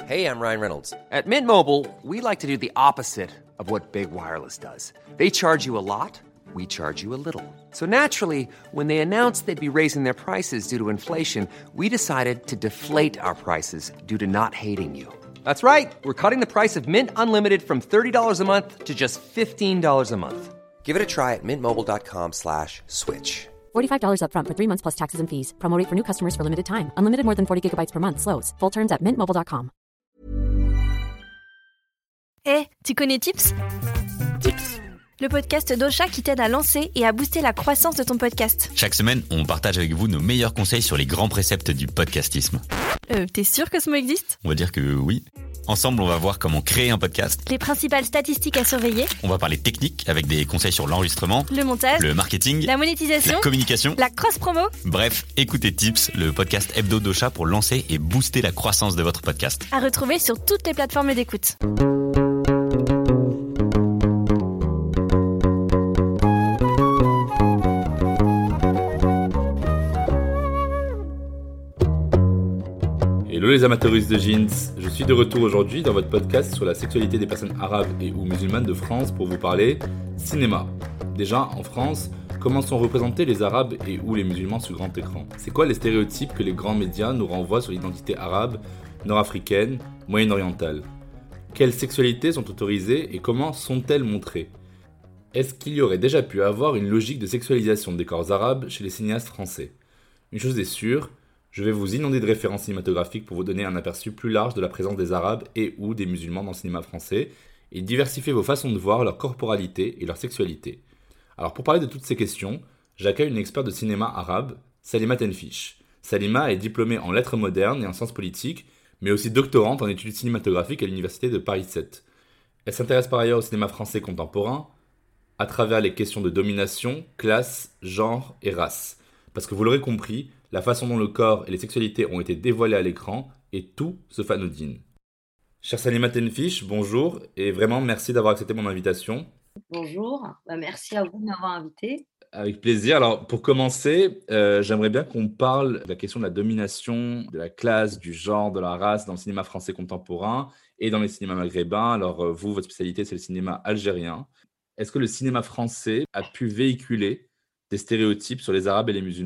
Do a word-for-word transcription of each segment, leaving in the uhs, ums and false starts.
Hey, I'm Ryan Reynolds. At Mint Mobile, we like to do the opposite of what Big Wireless does. They charge you a lot, we charge you a little. So naturally, when they announced they'd be raising their prices due to inflation, we decided to deflate our prices due to not hating you. That's right. We're cutting the price of Mint Unlimited from thirty dollars a month to just fifteen dollars a month. Give it a try at mintmobile.com slash switch. forty-five dollars up front for three months plus taxes and fees. Promo rate for new customers for limited time. Unlimited more than forty gigabytes per month. Slows full terms at mint mobile dot com. Eh, hey, tu connais Tips ? Tips, le podcast d'Ocha qui t'aide à lancer et à booster la croissance de ton podcast. Chaque semaine, on partage avec vous nos meilleurs conseils sur les grands préceptes du podcastisme. Euh, t'es sûr que ce mot existe ? On va dire que oui. Ensemble, on va voir comment créer un podcast, les principales statistiques à surveiller. On va parler technique avec des conseils sur l'enregistrement, le montage, le marketing, la monétisation, la communication, la cross-promo. Bref, écoutez Tips, le podcast hebdo d'Ocha pour lancer et booster la croissance de votre podcast. À retrouver sur toutes les plateformes d'écoute. Hello les amateuristes de jeans, je suis de retour aujourd'hui dans votre podcast sur la sexualité des personnes arabes et ou musulmanes de France pour vous parler cinéma. Déjà, en France, comment sont représentés les arabes et ou les musulmans sur grand écran ? C'est quoi les stéréotypes que les grands médias nous renvoient sur l'identité arabe, nord-africaine, moyen-orientale ? Quelles sexualités sont autorisées et comment sont-elles montrées ? Est-ce qu'il y aurait déjà pu avoir une logique de sexualisation des corps arabes chez les cinéastes français ? Une chose est sûre, je vais vous inonder de références cinématographiques pour vous donner un aperçu plus large de la présence des arabes et ou des musulmans dans le cinéma français et diversifier vos façons de voir leur corporalité et leur sexualité. Alors pour parler de toutes ces questions, j'accueille une experte de cinéma arabe, Salima Tenfish. Salima est diplômée en lettres modernes et en sciences politiques, mais aussi doctorante en études cinématographiques à l'université de Paris sept. Elle s'intéresse par ailleurs au cinéma français contemporain, à travers les questions de domination, classe, genre et race. Parce que vous l'aurez compris, la façon dont le corps et les sexualités ont été dévoilés à l'écran est tout sauf anodine. Chère Salima Tenfish, bonjour et vraiment merci d'avoir accepté mon invitation. Bonjour, bah, merci à vous de m'avoir invité. Avec plaisir. Alors pour commencer, euh, j'aimerais bien qu'on parle de la question de la domination, de la classe, du genre, de la race dans le cinéma français contemporain et dans les cinémas maghrébins. Alors euh, vous, votre spécialité, c'est le cinéma algérien. Est-ce que le cinéma français a pu véhiculer des stéréotypes sur les Arabes et les musulmans ?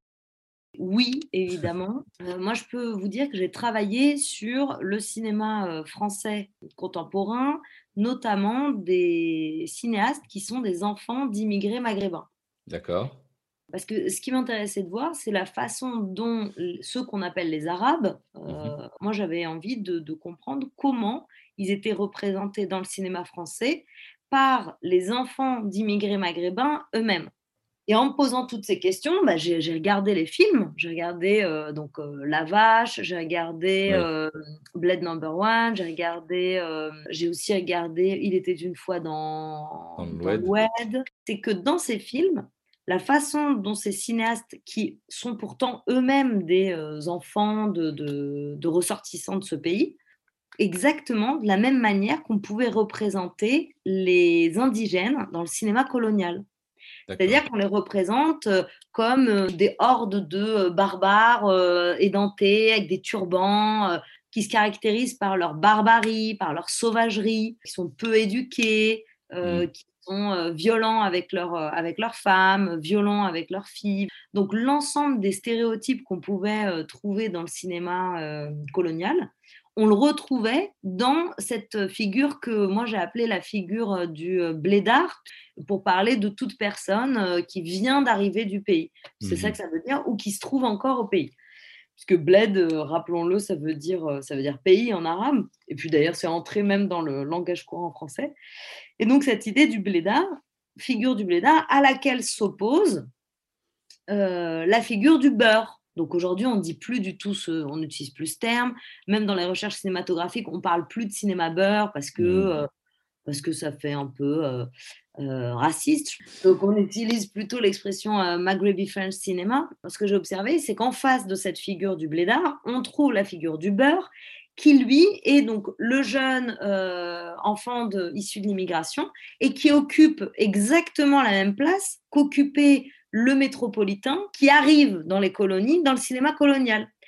Oui, évidemment. Euh, moi, je peux vous dire que j'ai travaillé sur le cinéma euh, français contemporain, notamment des cinéastes qui sont des enfants d'immigrés maghrébins. D'accord. Parce que ce qui m'intéressait de voir, c'est la façon dont ceux qu'on appelle les Arabes, euh, Mhm. moi j'avais envie de, de comprendre comment ils étaient représentés dans le cinéma français par les enfants d'immigrés maghrébins eux-mêmes. Et en me posant toutes ces questions, bah, j'ai, j'ai regardé les films. J'ai regardé euh, donc, euh, La Vache, j'ai regardé Oui. euh, Blade Number One, j'ai regardé, euh, j'ai aussi regardé Il était une fois dans, Dans le dans Oued. l'Oued. C'est que dans ces films, la façon dont ces cinéastes, qui sont pourtant eux-mêmes des euh, enfants de, de, de ressortissants de ce pays, exactement de la même manière qu'on pouvait représenter les indigènes dans le cinéma colonial. D'accord. C'est-à-dire qu'on les représente euh, comme euh, des hordes de euh, barbares euh, édentés, avec des turbans, euh, qui se caractérisent par leur barbarie, par leur sauvagerie, qui sont peu éduqués, euh, Mm. qui sont euh, violents avec, leur, euh, avec leurs femmes, violents avec leurs filles. Donc l'ensemble des stéréotypes qu'on pouvait euh, trouver dans le cinéma euh, colonial, on le retrouvait dans cette figure que moi j'ai appelée la figure euh, du euh, blédard, pour parler de toute personne euh, qui vient d'arriver du pays. C'est Mhm. ça que ça veut dire, ou qui se trouve encore au pays. Puisque bled, euh, rappelons-le, ça veut dire, euh, ça veut dire pays en arabe. Et puis d'ailleurs, c'est entré même dans le langage courant français. Et donc cette idée du blédard, figure du blédard, à laquelle s'oppose euh, la figure du beurre. Donc aujourd'hui, on dit plus du tout ce, on n'utilise plus ce terme. Même dans les recherches cinématographiques, on parle plus de cinéma beurre parce que Mhm. euh, parce que ça fait un peu euh, euh, raciste. Donc on utilise plutôt l'expression euh, Maghrebi French Cinema. Ce que j'ai observé, c'est qu'en face de cette figure du blédard, on trouve la figure du beurre, qui lui est donc le jeune euh, enfant de, issu de l'immigration et qui occupe exactement la même place qu'occupait le métropolitain qui arrive dans les colonies, dans le cinéma colonial.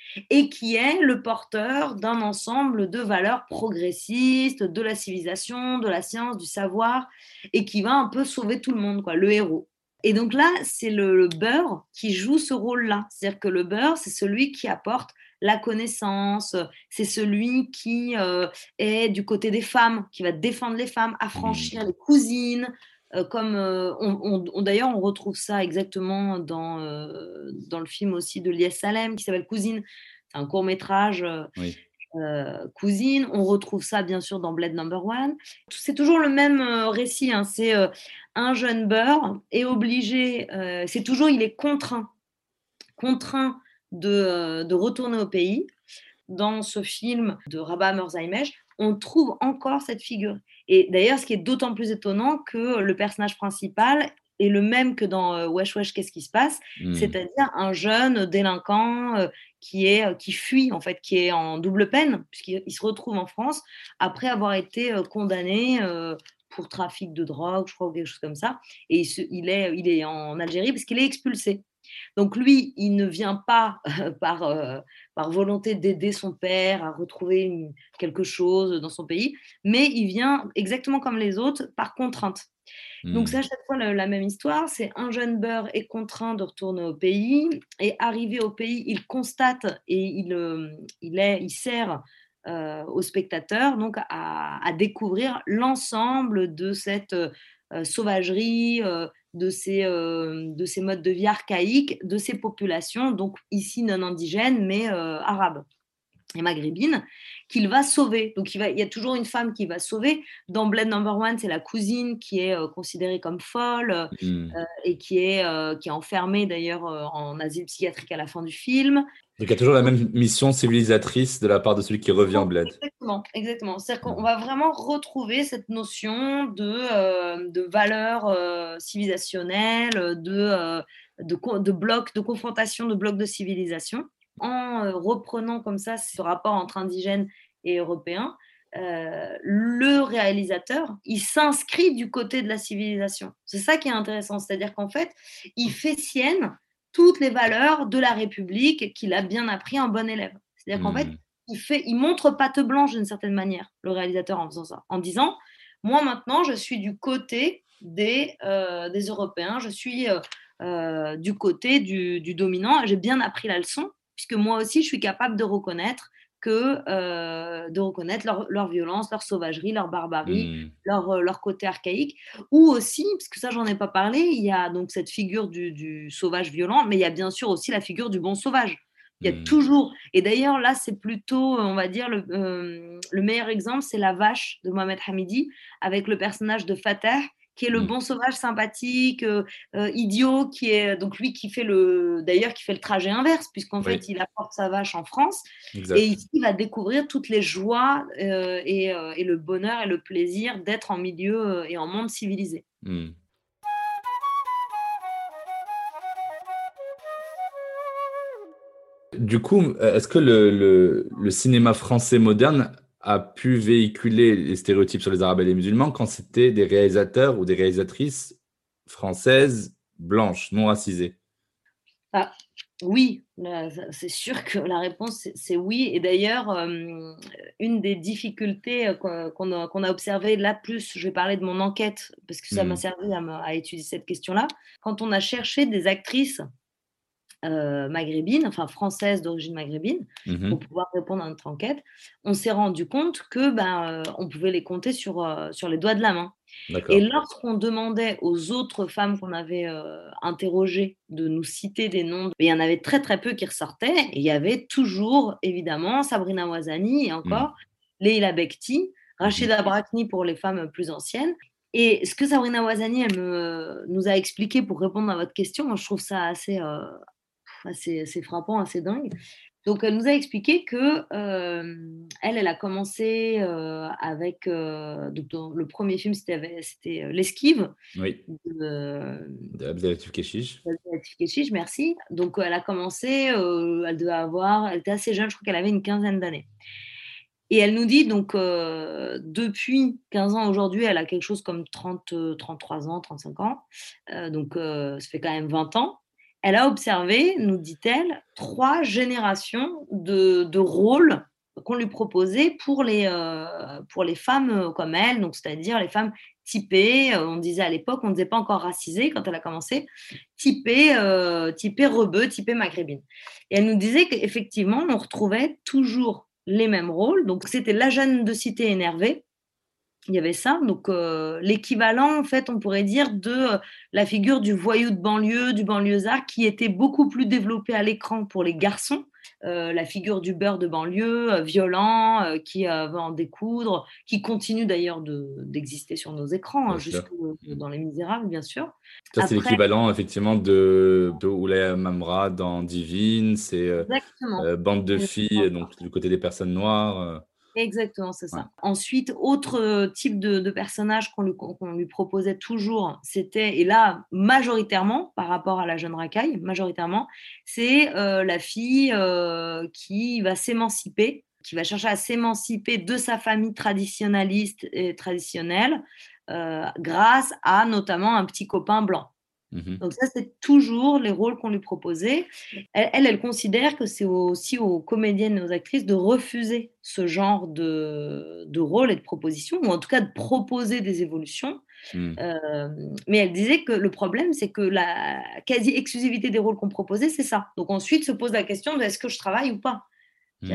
et qui est le porteur d'un ensemble de valeurs progressistes, de la civilisation, de la science, du savoir, et qui va un peu sauver tout le monde, quoi, le héros. Et donc là, c'est le, le beurre qui joue ce rôle-là. C'est-à-dire que le beurre, c'est celui qui apporte la connaissance, c'est celui qui euh, est du côté des femmes, qui va défendre les femmes, affranchir les cousines. Euh, comme euh, on, on, on, d'ailleurs, on retrouve ça exactement dans, euh, dans le film aussi de Lies Salem qui s'appelle Cousine. C'est un court-métrage. Euh, oui. Euh, Cousine, on retrouve ça bien sûr dans Blade Number One. C'est toujours le même euh, récit, hein. C'est euh, un jeune beurre est obligé, euh, c'est toujours, il est contraint, contraint de, euh, de retourner au pays. Dans ce film de Rabah Murzaïmej, on trouve encore cette figure. Et d'ailleurs, ce qui est d'autant plus étonnant que le personnage principal est le même que dans euh, Wesh Wesh, qu'est-ce qui se passe, mmh. C'est-à-dire un jeune délinquant euh, qui, est, euh, qui fuit, en fait, qui est en double peine, puisqu'il il se retrouve en France après avoir été euh, condamné euh, pour trafic de drogue, je crois, ou quelque chose comme ça. Et il, se, il, est, il est en Algérie parce qu'il est expulsé. Donc lui, il ne vient pas euh, par, euh, par volonté d'aider son père à retrouver une, quelque chose dans son pays, mais il vient exactement comme les autres par contrainte. Mmh. Donc c'est à chaque fois la, la même histoire, c'est un jeune beurre est contraint de retourner au pays, et arrivé au pays, il constate et il, euh, il, est, il sert euh, aux spectateurs donc à, à découvrir l'ensemble de cette euh, sauvagerie, euh, de ces, euh, de ces modes de vie archaïques, de ces populations, donc ici non indigènes, mais euh, arabes et maghrébines, qu'il va sauver. Donc il, va, il y a toujours une femme qui va sauver. Dans Blade Number One, c'est la cousine qui est euh, considérée comme folle mmh. euh, et qui est, euh, qui est enfermée d'ailleurs euh, en asile psychiatrique à la fin du film. Donc il y a toujours la même mission civilisatrice de la part de celui qui revient en Blade. Exactement, exactement. C'est-à-dire qu'on va vraiment retrouver cette notion de, euh, de valeur euh, civilisationnelle, de, euh, de, de blocs, de confrontation, de blocs de civilisation. En euh, reprenant comme ça ce rapport entre indigènes et européens, euh, le réalisateur, il s'inscrit du côté de la civilisation. C'est ça qui est intéressant, c'est-à-dire qu'en fait, il fait sienne toutes les valeurs de la République qu'il a bien appris en bon élève. C'est-à-dire mmh. qu'en fait, il, fait, il montre patte blanche d'une certaine manière, le réalisateur, en faisant ça, en disant « Moi, maintenant, je suis du côté des, euh, des Européens, je suis euh, euh, du côté du, du dominant, j'ai bien appris la leçon, puisque moi aussi, je suis capable de reconnaître que euh, de reconnaître leur, leur violence, leur sauvagerie, leur barbarie, mmh. leur, euh, leur côté archaïque, ou aussi, parce que ça, j'en ai pas parlé, il y a donc cette figure du, du sauvage violent, mais il y a bien sûr aussi la figure du bon sauvage. Il y a mmh. toujours, et d'ailleurs là, c'est plutôt, on va dire, le, euh, le meilleur exemple, c'est La Vache de Mohamed Hamidi, avec le personnage de Fateh, qui est le bon sauvage sympathique, euh, euh, idiot, qui est donc lui qui fait le, d'ailleurs qui fait le trajet inverse, puisqu'en oui. fait il apporte sa vache en France, exact. Et ici il va découvrir toutes les joies euh, et, euh, et le bonheur et le plaisir d'être en milieu euh, et en monde civilisé. Mm. Du coup, est-ce que le, le, le cinéma français moderne a pu véhiculer les stéréotypes sur les Arabes et les musulmans quand c'était des réalisateurs ou des réalisatrices françaises, blanches, non racisées? Ah, oui, c'est sûr que la réponse, c'est, c'est oui. Et d'ailleurs, euh, une des difficultés qu'on a, qu'on a observées, là plus, je vais parler de mon enquête, parce que ça mmh. m'a servi à, à étudier cette question-là, quand on a cherché des actrices Euh, maghrébine, enfin française d'origine maghrébine, mmh. pour pouvoir répondre à notre enquête, on s'est rendu compte que ben, euh, on pouvait les compter sur, euh, sur les doigts de la main. D'accord. Et lorsqu'on demandait aux autres femmes qu'on avait euh, interrogées de nous citer des noms, il y en avait très très peu qui ressortaient, et il y avait toujours évidemment Sabrina Ouazani et encore mmh. Leila Bekti, Rachida mmh. Brakni pour les femmes plus anciennes. Et ce que Sabrina Ouazani elle me, nous a expliqué pour répondre à votre question, moi, je trouve ça assez... Euh, Assez, assez frappant, assez dingue. Donc, elle nous a expliqué que euh, elle, elle a commencé euh, avec euh, donc, dans le premier film, c'était, c'était euh, L'Esquive. Oui. De, de Abdelatif Kechiche. Abdelatif Kechiche, merci. Donc, elle a commencé, euh, elle devait avoir, elle était assez jeune, je crois qu'elle avait une quinzaine d'années. Et elle nous dit, donc, euh, depuis quinze ans aujourd'hui, elle a quelque chose comme trente, trente-trois ans, trente-cinq ans. Euh, donc, euh, ça fait quand même vingt ans. Elle a observé, nous dit-elle, trois générations de, de rôles qu'on lui proposait pour les, euh, pour les femmes comme elle, donc c'est-à-dire les femmes typées, euh, on disait à l'époque, on ne disait pas encore racisées quand elle a commencé, typées, euh, typées rebeux, typées maghrébines. Et elle nous disait qu'effectivement, on retrouvait toujours les mêmes rôles. Donc c'était la jeune de cité énervée, il y avait ça, donc euh, l'équivalent, en fait, on pourrait dire, de euh, la figure du voyou de banlieue, du banlieusard, qui était beaucoup plus développée à l'écran pour les garçons. Euh, la figure du beurre de banlieue, euh, violent, euh, qui euh, va en découdre, qui continue d'ailleurs de, d'exister sur nos écrans, hein, jusque dans Les Misérables, bien sûr. Ça, c'est Après, l'équivalent, effectivement, de, de Oulaya Mamra dans Divine, c'est euh, exactement. euh, Bande de filles, donc du côté des personnes noires. euh. Exactement, c'est ça. Ouais. Ensuite, autre euh, type de, de personnage qu'on lui, qu'on, qu'on lui proposait toujours, c'était, et là, majoritairement, par rapport à la jeune racaille, majoritairement, c'est euh, la fille euh, qui va s'émanciper, qui va chercher à s'émanciper de sa famille traditionnaliste et traditionnelle, euh, grâce à notamment un petit copain blanc. Mhm. Donc ça, c'est toujours les rôles qu'on lui proposait. Elle, elle, elle considère que c'est aussi aux comédiennes et aux actrices de refuser ce genre de, de rôle et de proposition, ou en tout cas de proposer des évolutions. Mm. Euh, mais elle disait que le problème, c'est que la quasi-exclusivité des rôles qu'on proposait, c'est ça. Donc ensuite se pose la question de est-ce que je travaille ou pas. Mm.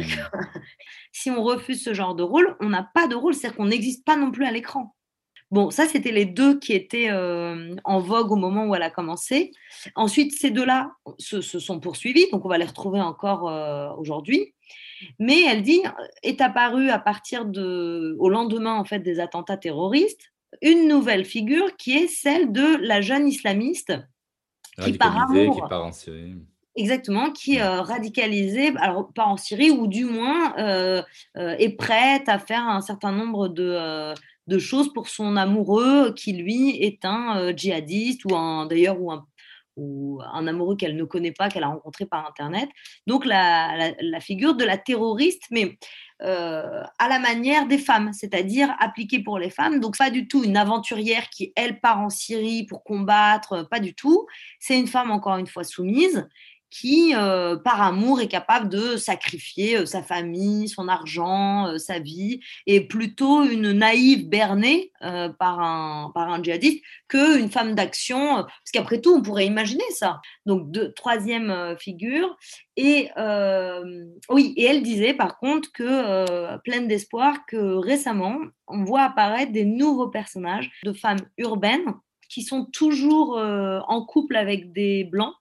Si on refuse ce genre de rôle, on n'a pas de rôle, c'est-à-dire qu'on n'existe pas non plus à l'écran. Bon, ça, c'était les deux qui étaient euh, en vogue au moment où elle a commencé. Ensuite, ces deux-là se, se sont poursuivis, donc on va les retrouver encore euh, aujourd'hui. Mais elle dit, est apparue à partir de, au lendemain en fait des attentats terroristes, une nouvelle figure qui est celle de la jeune islamiste qui par Radicalisé, amour, qui part en Syrie. exactement, qui est euh, radicalisée, alors pas en Syrie, ou du moins euh, euh, est prête à faire un certain nombre de, euh, de choses pour son amoureux, qui lui est un euh, djihadiste, ou un, d'ailleurs, ou un, ou un amoureux qu'elle ne connaît pas, qu'elle a rencontré par Internet. Donc la, la, la figure de la terroriste, mais euh, à la manière des femmes, c'est-à-dire appliquée pour les femmes. Donc pas du tout une aventurière qui, elle, part en Syrie pour combattre, pas du tout. C'est une femme, encore une fois, soumise, qui, euh, par amour, est capable de sacrifier euh, sa famille, son argent, euh, sa vie, et plutôt une naïve bernée euh, par, un, par un djihadiste qu'une femme d'action, euh, parce qu'après tout, on pourrait imaginer ça. Donc, deux, troisième euh, figure. Et euh, oui, et elle disait par contre que, euh, pleine d'espoir, que récemment, on voit apparaître des nouveaux personnages de femmes urbaines qui sont toujours euh, en couple avec des blancs,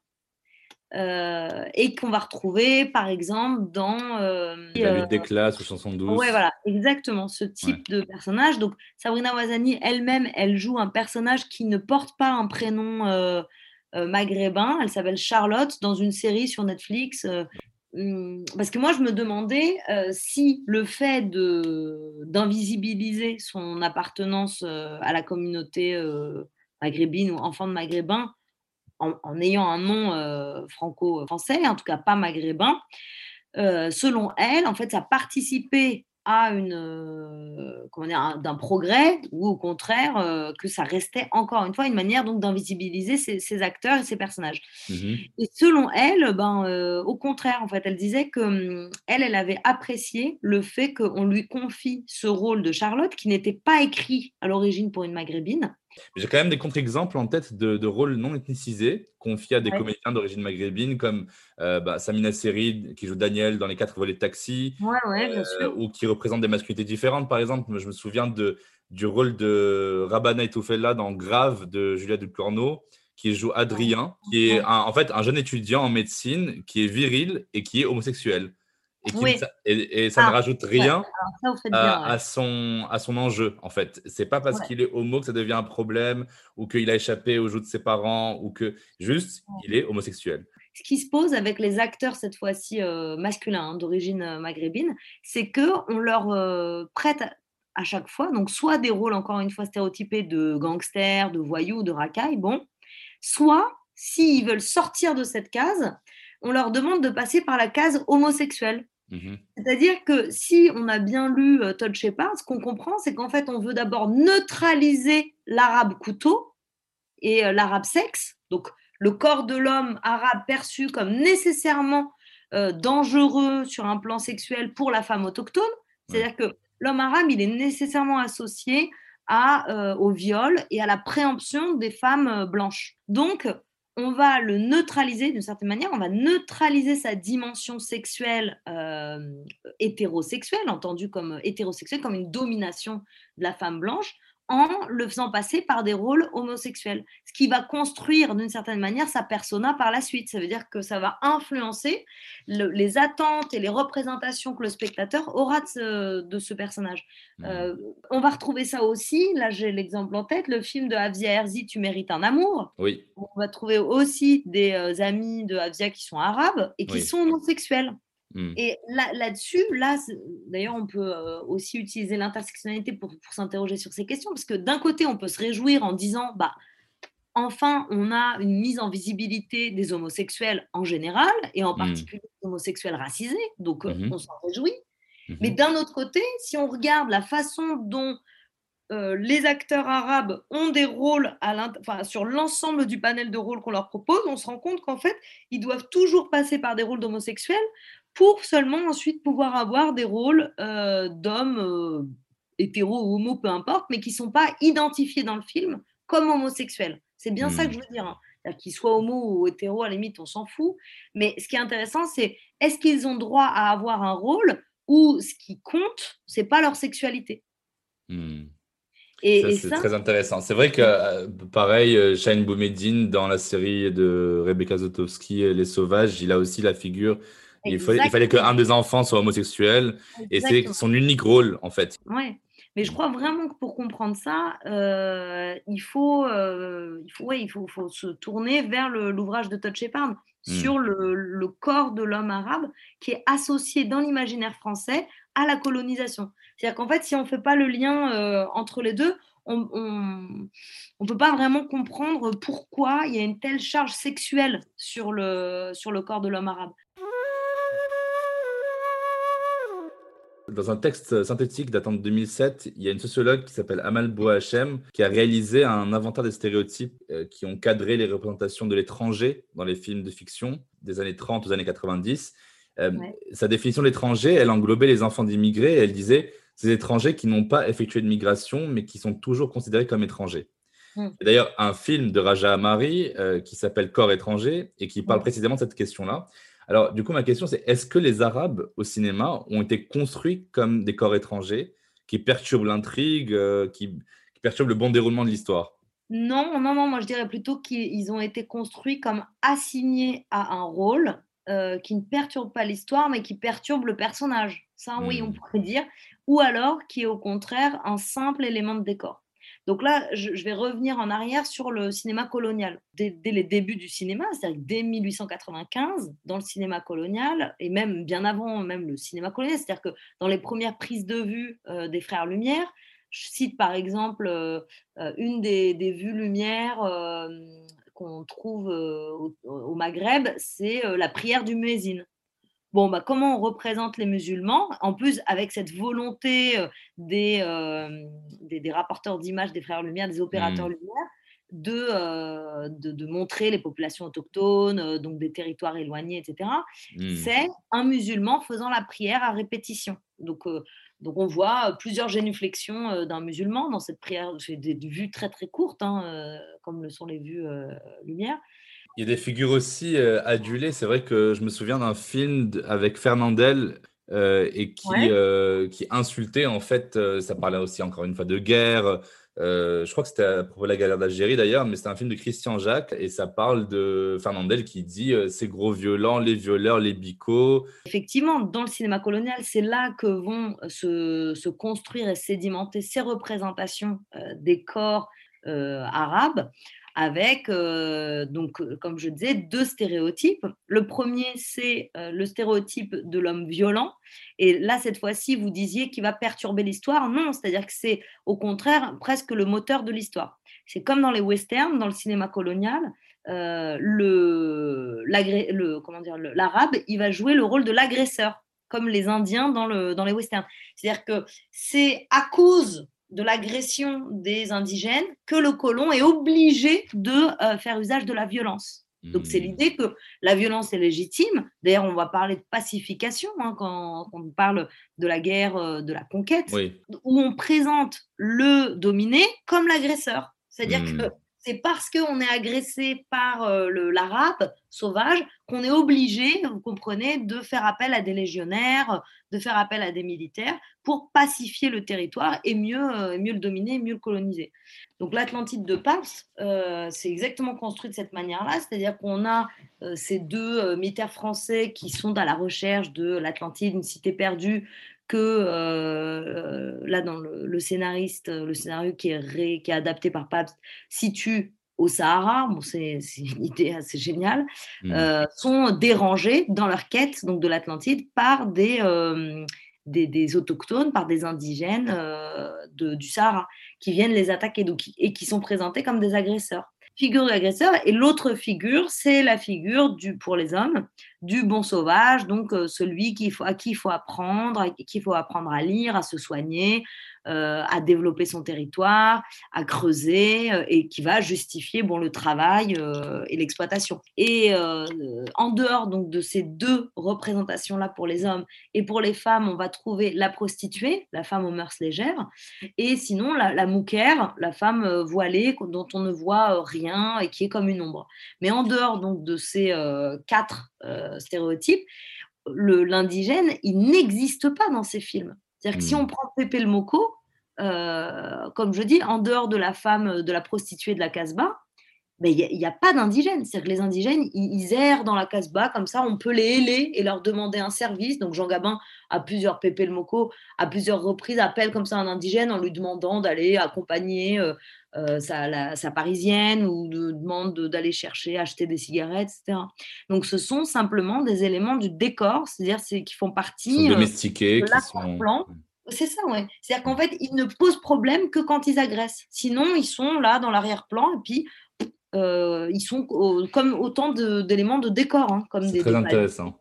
Euh, et qu'on va retrouver par exemple dans euh, La euh, lutte des classes ou Chanson douce. ouais, voilà, exactement ce type Ouais. de personnage. Donc Sabrina Ouazani elle-même, elle joue un personnage qui ne porte pas un prénom euh, euh, maghrébin. Elle s'appelle Charlotte dans une série sur Netflix. Euh, parce que moi je me demandais euh, si le fait de, d'invisibiliser son appartenance euh, à la communauté euh, maghrébine ou enfant de maghrébin, En, en ayant un nom euh, franco-français, en tout cas pas maghrébin, euh, selon elle, en fait, ça participait à une, euh, comment dire, un, d'un progrès, ou au contraire, euh, que ça restait encore une fois une manière donc d'invisibiliser ces, ces acteurs et ces personnages. Mhm. Et selon elle, ben, euh, au contraire, en fait, elle disait que hum, elle, elle avait apprécié le fait qu'on lui confie ce rôle de Charlotte, qui n'était pas écrit à l'origine pour une maghrébine. J'ai quand même des contre-exemples en tête de, de rôles non ethnicisés confiés à des Ouais. comédiens d'origine maghrébine, comme euh, bah, Samina Seri qui joue Daniel dans Les Quatre volets de taxi, Ouais, ouais, bien euh, sûr. ou qui représentent des masculinités différentes. Par exemple, je me souviens de, du rôle de Rabana Etoufella dans Grave de Julia Ducournau, qui joue Adrien, qui est Ouais. un- en fait un jeune étudiant en médecine qui est viril et qui est homosexuel. Et, qui Oui. ne- et, et ça ne Ah, rajoute ouais. rien Alors ça, vous faites bien. à, Ouais. à son, à son enjeu, en fait. C'est pas parce Ouais. qu'il est homo que ça devient un problème, ou qu'il a échappé au joug de ses parents, ou que juste, il est homosexuel. Ce qui se pose avec les acteurs, cette fois-ci euh, masculins, hein, d'origine euh, maghrébine, c'est qu'on leur euh, prête à, à chaque fois, donc soit des rôles, encore une fois, stéréotypés de gangsters, de voyous, de racailles, bon, soit, s'ils veulent sortir de cette case, on leur demande de passer par la case homosexuelle. Mhm. C'est-à-dire que si on a bien lu euh, Todd Shepard, ce qu'on comprend, c'est qu'en fait, on veut d'abord neutraliser l'arabe couteau et euh, l'arabe sexe, donc le corps de l'homme arabe perçu comme nécessairement euh, dangereux sur un plan sexuel pour la femme autochtone. C'est-à-dire que l'homme arabe, il est nécessairement associé à, euh, au viol et à la préemption des femmes euh, blanches. Donc, on va le neutraliser d'une certaine manière, on va neutraliser sa dimension sexuelle euh, hétérosexuelle, entendue comme hétérosexuelle, comme une domination de la femme blanche, en le faisant passer par des rôles homosexuels. Ce qui va construire d'une certaine manière sa persona par la suite. Ça veut dire que ça va influencer le, les attentes et les représentations que le spectateur aura de ce, de ce personnage. Mmh. Euh, on va retrouver ça aussi, là j'ai l'exemple en tête, le film de Afzia Herzi, Tu mérites un amour. Oui. On va trouver aussi des euh, amis de Afzia qui sont arabes et qui oui. sont homosexuels. Mmh. Et là, là-dessus, là, d'ailleurs, on peut euh, aussi utiliser l'intersectionnalité pour, pour s'interroger sur ces questions, parce que d'un côté, on peut se réjouir en disant, bah, enfin, on a une mise en visibilité des homosexuels en général, et en mmh. particulier des homosexuels racisés, donc mmh. on s'en réjouit. Mmh. Mais d'un autre côté, si on regarde la façon dont euh, les acteurs arabes ont des rôles à enfin, sur l'ensemble du panel de rôles qu'on leur propose, on se rend compte qu'en fait, ils doivent toujours passer par des rôles d'homosexuels pour seulement ensuite pouvoir avoir des rôles euh, d'hommes euh, hétéros ou homo, peu importe, mais qui ne sont pas identifiés dans le film comme homosexuels. C'est bien mmh. ça que je veux dire. Hein. C'est-à-dire qu'ils soient homo ou hétéros, à la limite, on s'en fout. Mais ce qui est intéressant, c'est est-ce qu'ils ont droit à avoir un rôle où ce qui compte, ce n'est pas leur sexualité. mmh. Et, ça, et c'est ça... très intéressant. C'est vrai que, euh, pareil, Shahin Boumediene, dans la série de Rebecca Zotowski, Les Sauvages, il a aussi la figure... Il fallait, il fallait qu'un des enfants soit homosexuel. Exactement. Et c'est son unique rôle, en fait. Oui, mais je crois vraiment que pour comprendre ça, euh, il faut, euh, il faut, ouais, il faut, faut se tourner vers le, l'ouvrage de Todd Shepard mmh. sur le, le corps de l'homme arabe qui est associé dans l'imaginaire français à la colonisation. C'est-à-dire qu'en fait, si on ne fait pas le lien euh, entre les deux, on ne peut pas vraiment comprendre pourquoi il y a une telle charge sexuelle sur le, sur le corps de l'homme arabe. Dans un texte synthétique datant de deux mille sept, il y a une sociologue qui s'appelle Amal Bouhachem qui a réalisé un inventaire des stéréotypes euh, qui ont cadré les représentations de l'étranger dans les films de fiction des années trente aux années quatre-vingt-dix. Euh, ouais. Sa définition de l'étranger, elle englobait les enfants d'immigrés et elle disait « ces étrangers qui n'ont pas effectué de migration mais qui sont toujours considérés comme étrangers mmh. ». D'ailleurs, un film de Raja Amari euh, qui s'appelle « Corps étranger » et qui parle mmh. précisément de cette question-là. Alors, du coup, ma question, c'est est-ce que les Arabes au cinéma ont été construits comme des corps étrangers qui perturbent l'intrigue, euh, qui, qui perturbent le bon déroulement de l'histoire ? Non, non, non. Moi, je dirais plutôt qu'ils ont été construits comme assignés à un rôle euh, qui ne perturbe pas l'histoire, mais qui perturbe le personnage. Ça, mmh. oui, on pourrait dire. Ou alors qui est au contraire un simple élément de décor. Donc là, je, je vais revenir en arrière sur le cinéma colonial. Dès, dès les débuts du cinéma, c'est-à-dire dès mille huit cent quatre-vingt-quinze, dans le cinéma colonial, et même bien avant même le cinéma colonial, c'est-à-dire que dans les premières prises de vue euh, des Frères Lumière, je cite par exemple euh, une des, des vues Lumière euh, qu'on trouve euh, au, au Maghreb, c'est euh, la prière du muezzin. Bon, bah, comment on représente les musulmans ? En plus, avec cette volonté euh, des, euh, des, des rapporteurs d'images des Frères Lumière, des opérateurs mmh. Lumière, de, euh, de, de montrer les populations autochtones, euh, donc des territoires éloignés, et cetera. Mmh. C'est un musulman faisant la prière à répétition. Donc, euh, donc on voit plusieurs génuflexions euh, d'un musulman dans cette prière. C'est des, des vues très très courtes, hein, euh, comme le sont les vues euh, Lumière. Il y a des figures aussi euh, adulées. C'est vrai que je me souviens d'un film avec Fernandel euh, et qui, ouais. euh, qui insultait, en fait, euh, ça parlait aussi encore une fois de guerre. Euh, je crois que c'était à propos de la guerre d'Algérie d'ailleurs, mais c'était un film de Christian Jacques et ça parle de Fernandel qui dit euh, ces gros violents, les violeurs, les bicots. Effectivement, dans le cinéma colonial, c'est là que vont se, se construire et sédimenter ces représentations euh, des corps euh, arabes. Avec, euh, donc, comme je disais, deux stéréotypes. Le premier, c'est euh, le stéréotype de l'homme violent. Et là, cette fois-ci, vous disiez qu'il va perturber l'histoire. Non, c'est-à-dire que c'est, au contraire, presque le moteur de l'histoire. C'est comme dans les westerns, dans le cinéma colonial, euh, le, le, comment dire, le, l'arabe, il va jouer le rôle de l'agresseur, comme les Indiens dans, le, dans les westerns. C'est-à-dire que c'est à cause de l'agression des indigènes que le colon est obligé de euh, faire usage de la violence. Donc, c'est Mmh. l'idée que la violence est légitime. D'ailleurs, on va parler de pacification hein, quand, quand on parle de la guerre, euh, de la conquête, Oui. où on présente le dominé comme l'agresseur. C'est-à-dire que Mmh. c'est parce qu'on est agressé par euh, le, l'arabe sauvage qu'on est obligé, vous comprenez, de faire appel à des légionnaires, de faire appel à des militaires pour pacifier le territoire et mieux, euh, mieux le dominer, mieux le coloniser. Donc l'Atlantide de Pabst, euh, c'est exactement construit de cette manière-là, c'est-à-dire qu'on a euh, ces deux euh, militaires français qui sont à la recherche de l'Atlantide, une cité perdue, que euh, là dans le, le scénariste, le scénario qui est, ré, qui est adapté par Pabst situe au Sahara, bon, c'est, c'est une idée assez géniale, Mmh. euh, sont dérangés dans leur quête donc, de l'Atlantide par des, euh, des, des autochtones, par des indigènes euh, de, du Sahara qui viennent les attaquer donc, et qui sont présentés comme des agresseurs. Figure de l'agresseur, et l'autre figure, c'est la figure du, pour les hommes du bon sauvage, donc euh, celui qui faut, à qui il faut apprendre, à qui il faut apprendre à lire, à se soigner, euh, à développer son territoire, à creuser, euh, et qui va justifier bon, le travail euh, et l'exploitation. Et euh, en dehors donc, de ces deux représentations-là pour les hommes et pour les femmes, on va trouver la prostituée, la femme aux mœurs légères, et sinon la, la mouquère, la femme euh, voilée dont on ne voit euh, rien et qui est comme une ombre. Mais en dehors donc, de ces euh, quatre euh, stéréotypes, le, l'indigène, il n'existe pas dans ces films. C'est-à-dire que mmh. si on prend Pépé le Moko, euh, comme je dis, en dehors de la femme, de la prostituée de la Casbah, il n'y a, a pas d'indigènes. C'est-à-dire que les indigènes, ils, ils errent dans la Casbah, comme ça, on peut les héler et leur demander un service. Donc Jean Gabin, à plusieurs, Pépé le Moko, à plusieurs reprises, appelle comme ça un indigène en lui demandant d'aller accompagner euh, euh, sa, la, sa parisienne ou de, demande de, d'aller chercher, acheter des cigarettes, et cetera. Donc ce sont simplement des éléments du décor, c'est-à-dire c'est, qui font partie Ils sont domestiqués, euh, de l'arrière-plan. Sont... C'est ça, ouais. C'est-à-dire qu'en fait, ils ne posent problème que quand ils agressent. Sinon, ils sont là dans l'arrière-plan et puis euh, ils sont au, comme autant de, d'éléments de décor. Hein, comme c'est des, très des intéressant.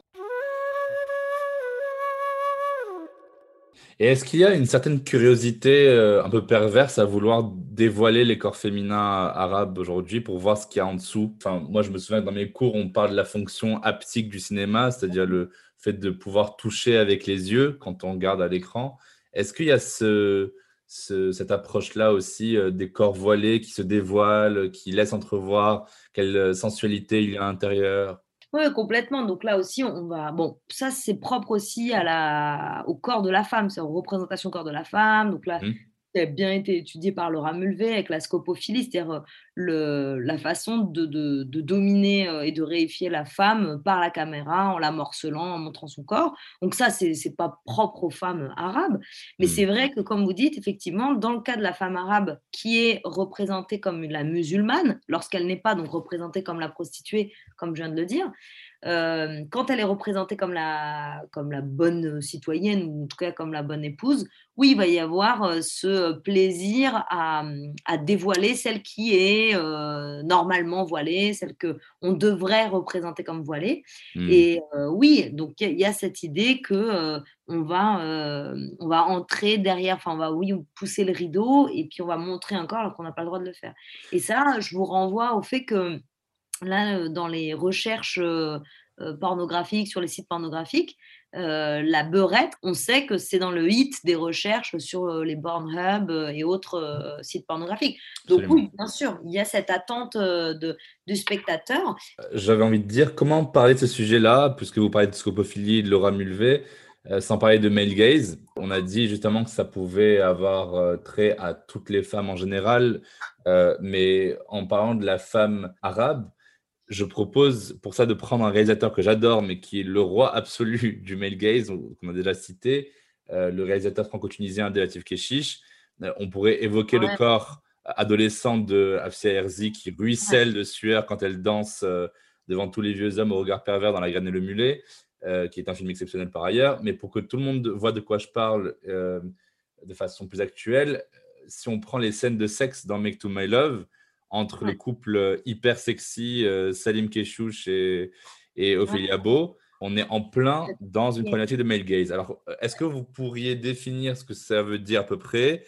Et est-ce qu'il y a une certaine curiosité euh, un peu perverse à vouloir dévoiler les corps féminins arabes aujourd'hui pour voir ce qu'il y a en dessous? Enfin, moi, je me souviens que dans mes cours, on parle de la fonction haptique du cinéma, c'est-à-dire le fait de pouvoir toucher avec les yeux quand on regarde à l'écran. Est-ce qu'il y a ce, ce, cette approche-là aussi euh, des corps voilés qui se dévoilent, qui laissent entrevoir quelle sensualité il y a à l'intérieur? Oui, complètement. Donc là aussi, on va. Bon, ça, c'est propre aussi à la... au corps de la femme, c'est une représentation au corps de la femme. Donc là, Mmh. qui a bien été étudié par Laura Mulvey avec la scopophilie, c'est-à-dire le, la façon de, de, de dominer et de réifier la femme par la caméra, en la morcelant, en montrant son corps. Donc ça, c'est, c'est pas propre aux femmes arabes. Mais mmh. c'est vrai que, comme vous dites, effectivement, dans le cas de la femme arabe qui est représentée comme la musulmane, lorsqu'elle n'est pas donc représentée comme la prostituée, comme je viens de le dire, Euh, quand elle est représentée comme la, comme la bonne citoyenne, ou en tout cas comme la bonne épouse, oui, il va y avoir euh, ce plaisir à, à dévoiler celle qui est euh, normalement voilée, celle qu'on devrait représenter comme voilée. Mmh. Et euh, oui, donc il y, y a cette idée que euh, on va, euh, on va entrer derrière, enfin on va oui pousser le rideau et puis on va montrer un corps alors qu'on n'a pas le droit de le faire. Et ça, je vous renvoie au fait que là, dans les recherches euh, pornographiques, sur les sites pornographiques, euh, la beurette, on sait que c'est dans le hit des recherches sur euh, les Pornhub euh, et autres euh, sites pornographiques. Donc Absolument. Oui, bien sûr, il y a cette attente euh, de, du spectateur. J'avais envie de dire, comment parler de ce sujet-là, puisque vous parlez de scopophilie, de Laura Mulvey, euh, sans parler de male gaze. On a dit justement que ça pouvait avoir euh, trait à toutes les femmes en général, euh, mais en parlant de la femme arabe, je propose pour ça de prendre un réalisateur que j'adore, mais qui est le roi absolu du male gaze, qu'on a déjà cité, euh, le réalisateur franco-tunisien Abdelatif Kechiche. Euh, on pourrait évoquer ouais. le corps adolescent de Afsia Herzi qui ruisselle ouais. de sueur quand elle danse euh, devant tous les vieux hommes au regard pervers dans La Graine et le Mulet, euh, qui est un film exceptionnel par ailleurs. Mais pour que tout le monde voit de quoi je parle euh, de façon plus actuelle, si on prend les scènes de sexe dans Make to My Love, entre ouais. le couple hyper sexy euh, Salim Keshouch et, et Ophélia ouais. Beau, on est en plein dans une problématique de male gaze. Alors, est-ce que vous pourriez définir ce que ça veut dire à peu près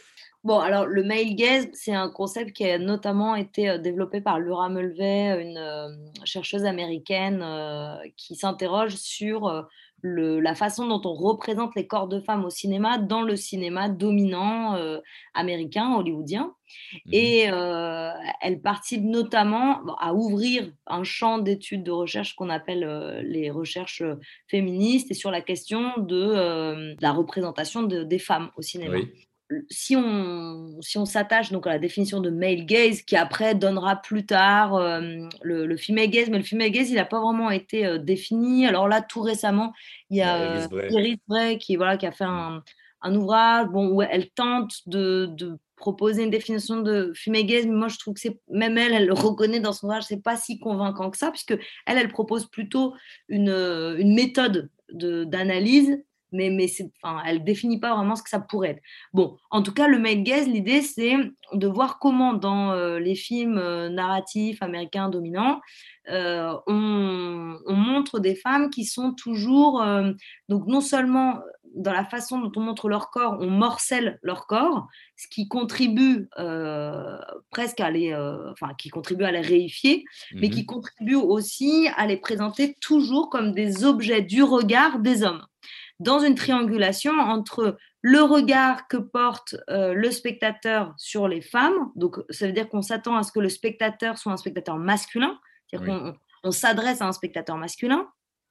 Bon, alors le male gaze, c'est un concept qui a notamment été euh, développé par Laura Mulvey, une euh, chercheuse américaine euh, qui s'interroge sur euh, le- la façon dont on représente les corps de femmes au cinéma dans le cinéma dominant euh, américain, hollywoodien. Mhm. Et euh, elle participe notamment bon, à ouvrir un champ d'études de recherche qu'on appelle euh, les recherches euh, féministes et sur la question de, euh, de la représentation de- des femmes au cinéma. Oui, Si on, si on s'attache donc à la définition de male gaze, qui après donnera plus tard euh, le, le female gaze, mais le female gaze, il n'a pas vraiment été euh, défini. Alors là, tout récemment, il y il y a a euh, Iris Bray. Iris Bray qui, voilà, qui a fait Mm. un, un ouvrage bon, où elle tente de, de proposer une définition de female gaze, mais moi je trouve que c'est, même elle, elle le reconnaît dans son ouvrage, c'est pas si convaincant que ça, puisque elle, elle propose plutôt une, une méthode de, d'analyse, mais, mais c'est, enfin, elle ne définit pas vraiment ce que ça pourrait être. Bon, en tout cas, le male gaze, l'idée, c'est de voir comment dans euh, les films euh, narratifs américains dominants, euh, on, on montre des femmes qui sont toujours, euh, donc non seulement dans la façon dont on montre leur corps, on morcelle leur corps, ce qui contribue euh, presque à les, euh, enfin, qui contribue à les réifier, mais qui Mhm. contribue aussi à les présenter toujours comme des objets du regard des hommes dans une triangulation entre le regard que porte euh, le spectateur sur les femmes, donc ça veut dire qu'on s'attend à ce que le spectateur soit un spectateur masculin, c'est-à-dire Oui. qu'on on s'adresse à un spectateur masculin,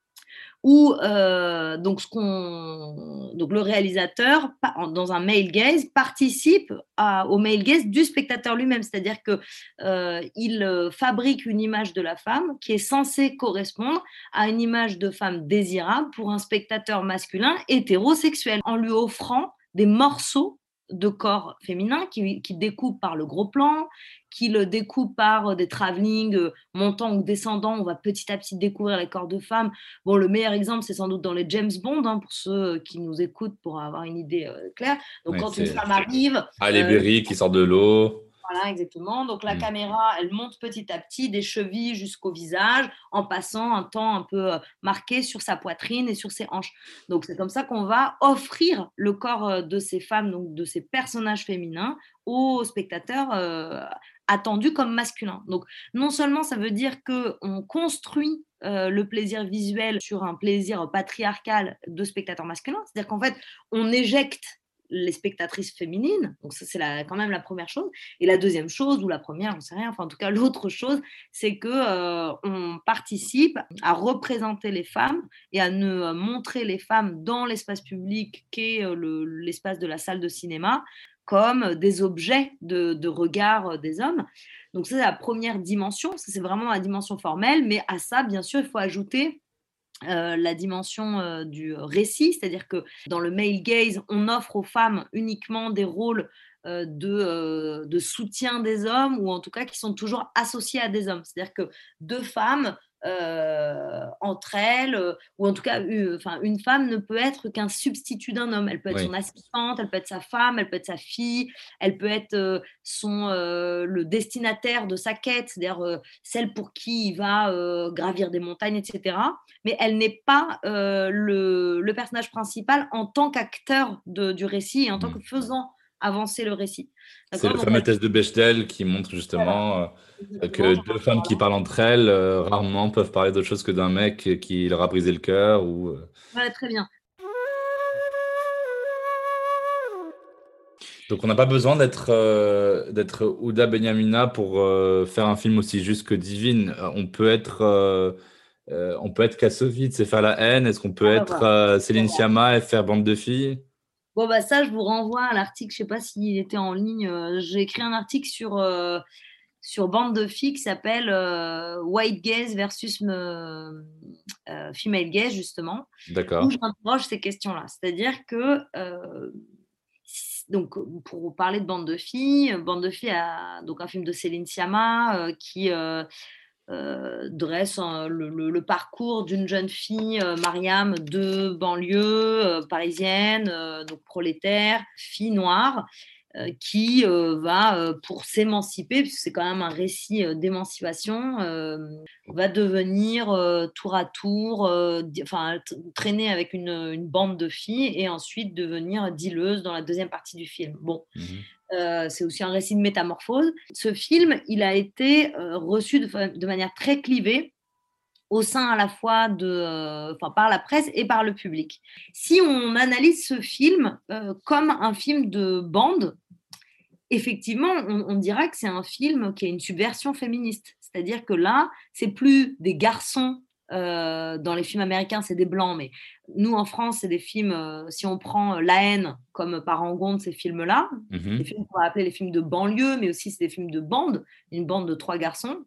où euh, donc, ce qu'on, donc le réalisateur, dans un male gaze, participe à, au male gaze du spectateur lui-même, c'est-à-dire qu'il euh, fabrique une image de la femme qui est censée correspondre à une image de femme désirable pour un spectateur masculin hétérosexuel, en lui offrant des morceaux de corps féminin qui, qui découpe par le gros plan, qui le découpe par des travelling euh, montants ou descendants. On va petit à petit découvrir les corps de femmes. Bon, le meilleur exemple, c'est sans doute dans les James Bond, hein, pour ceux qui nous écoutent, pour avoir une idée euh, claire. Donc, Ouais, quand une c'est femme arrive, Halle euh, Berry qui sort de l'eau. voilà, exactement. Donc, la Mm. caméra, elle monte petit à petit des chevilles jusqu'au visage, en passant un temps un peu euh, marqué sur sa poitrine et sur ses hanches. Donc, c'est comme ça qu'on va offrir le corps euh, de ces femmes, donc de ces personnages féminins, aux spectateurs euh, attendus comme masculins. Donc, non seulement ça veut dire qu'on construit euh, le plaisir visuel sur un plaisir patriarcal de spectateurs masculins, c'est-à-dire qu'en fait, on éjecte les spectatrices féminines, donc ça c'est la, quand même la première chose. Et la deuxième chose, ou la première, on ne sait rien, enfin en tout cas l'autre chose, c'est qu'on euh, participe à représenter les femmes et à ne montrer les femmes dans l'espace public qu'est euh, le, l'espace de la salle de cinéma comme des objets de, de regard des hommes. Donc ça c'est la première dimension, ça c'est vraiment la dimension formelle, mais à ça bien sûr il faut ajouter Euh, la dimension euh, du récit, c'est-à-dire que dans le male gaze, on offre aux femmes uniquement des rôles euh, de, euh, de soutien des hommes, ou en tout cas qui sont toujours associés à des hommes. C'est-à-dire que deux femmes euh, entre elles, euh, ou en tout cas une, enfin, une femme ne peut être qu'un substitut d'un homme. Elle peut être Oui. son assistante, elle peut être sa femme, elle peut être sa fille, elle peut être euh, son, euh, le destinataire de sa quête, c'est-à-dire euh, celle pour qui il va euh, gravir des montagnes, et cetera. Mais elle n'est pas euh, le, le personnage principal en tant qu'acteur de, du récit et en tant Mm. que faisant avancer le récit. C'est D'accord. le Donc, fameux la... test de Bechdel qui montre justement euh, que Exactement, deux femmes qui parlent entre elles euh, rarement peuvent parler d'autre chose que d'un mec qui leur a brisé le cœur. Ou... euh. voilà, très bien. Donc on n'a pas besoin d'être euh, d'être Ouda Benyamina pour euh, faire un film aussi juste que Divine. Euh, On peut être euh, euh, on peut être Kassovitz et faire La Haine. Est-ce qu'on peut Ah, bah, être voilà. euh, Céline Sciamma et faire Bande de filles? Bon, bah, ça, je vous renvoie à l'article, je ne sais pas s'il était en ligne. euh, J'ai écrit un article sur, euh, sur Bande de filles qui s'appelle euh, White Gaze versus euh, euh, Female Gaze, justement, où D'accord. je m'interroge ces questions-là. C'est-à-dire que, euh, donc, pour parler de Bande de filles, Bande de filles a donc un film de Céline Sciamma euh, qui euh, euh, dresse hein, le, le, le parcours d'une jeune fille, euh, Mariam, de banlieue euh, parisienne, euh, donc prolétaire, fille noire, euh, qui euh, va, euh, pour s'émanciper, puisque c'est quand même un récit euh, d'émancipation, euh, va devenir euh, tour à tour, euh, di- enfin, t- traîner avec une, une bande de filles et ensuite devenir dealeuse dans la deuxième partie du film. Bon, Mhm. euh, c'est aussi un récit de métamorphose. Ce film, il a été euh, reçu de, fa- de manière très clivée au sein à la fois de, euh, enfin, par la presse et par le public. Si on analyse ce film euh, comme un film de bande, effectivement, on, on dira que c'est un film qui a une subversion féministe. C'est-à-dire que là, c'est plus des garçons. Euh, dans les films américains, c'est des blancs, mais nous, en France, c'est des films, euh, si on prend La Haine comme parangon de ces films-là, des Mhm. films qu'on va appeler les films de banlieue, mais aussi c'est des films de bande, une bande de trois garçons,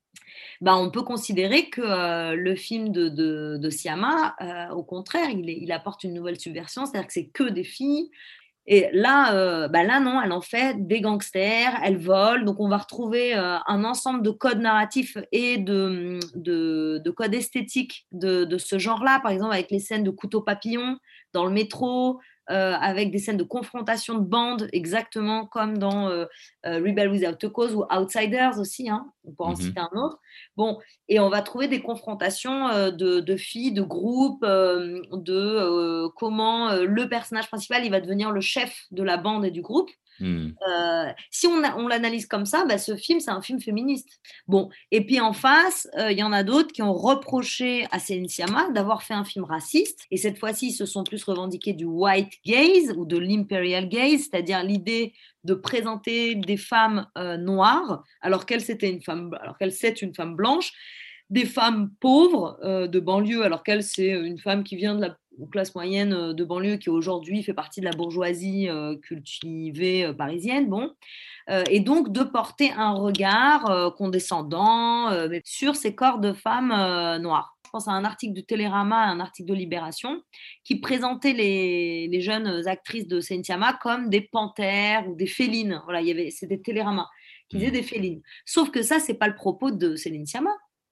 bah, on peut considérer que euh, le film de, de, de Siama, euh, au contraire, il, est- il apporte une nouvelle subversion, c'est-à-dire que c'est que des filles. Et là, euh, bah là, non, elle en fait des gangsters, elle vole. Donc, on va retrouver euh, un ensemble de codes narratifs et de, de, de codes esthétiques de, de ce genre-là. Par exemple, avec les scènes de couteau papillon dans le métro, euh, avec des scènes de confrontation de bandes, exactement comme dans euh, euh, Rebel Without a Cause ou Outsiders aussi, hein, on peut en citer Mhm. un autre. Bon, et on va trouver des confrontations euh, de, de filles, de groupes, euh, de euh, comment euh, le personnage principal il va devenir le chef de la bande et du groupe. Mhm. Euh, si on, a- on l'analyse comme ça, bah, ce film, c'est un film féministe. Bon, et puis en face, euh, il y en a d'autres qui ont reproché à Céline Sciamma d'avoir fait un film raciste. Et cette fois-ci, ils se sont plus revendiqués du white gaze ou de l'imperial gaze, c'est-à-dire l'idée de présenter des femmes euh, noires alors qu'elle c'était une femme, alors qu'elle c'est une femme blanche, des femmes pauvres euh, de banlieue, alors qu'elle, c'est une femme qui vient de la classe moyenne euh, de banlieue, qui aujourd'hui fait partie de la bourgeoisie euh, cultivée euh, parisienne. Bon. Euh, et donc de porter un regard euh, condescendant euh, sur ces corps de femmes euh, noires. Je pense à un article du Télérama, un article de Libération, qui présentait les, les jeunes actrices de Céline Sciamma comme des panthères ou des félines. Voilà, il y avait, c'était Télérama qui disait Mhm. des félines. Sauf que ça, c'est pas le propos de Céline Sciamma.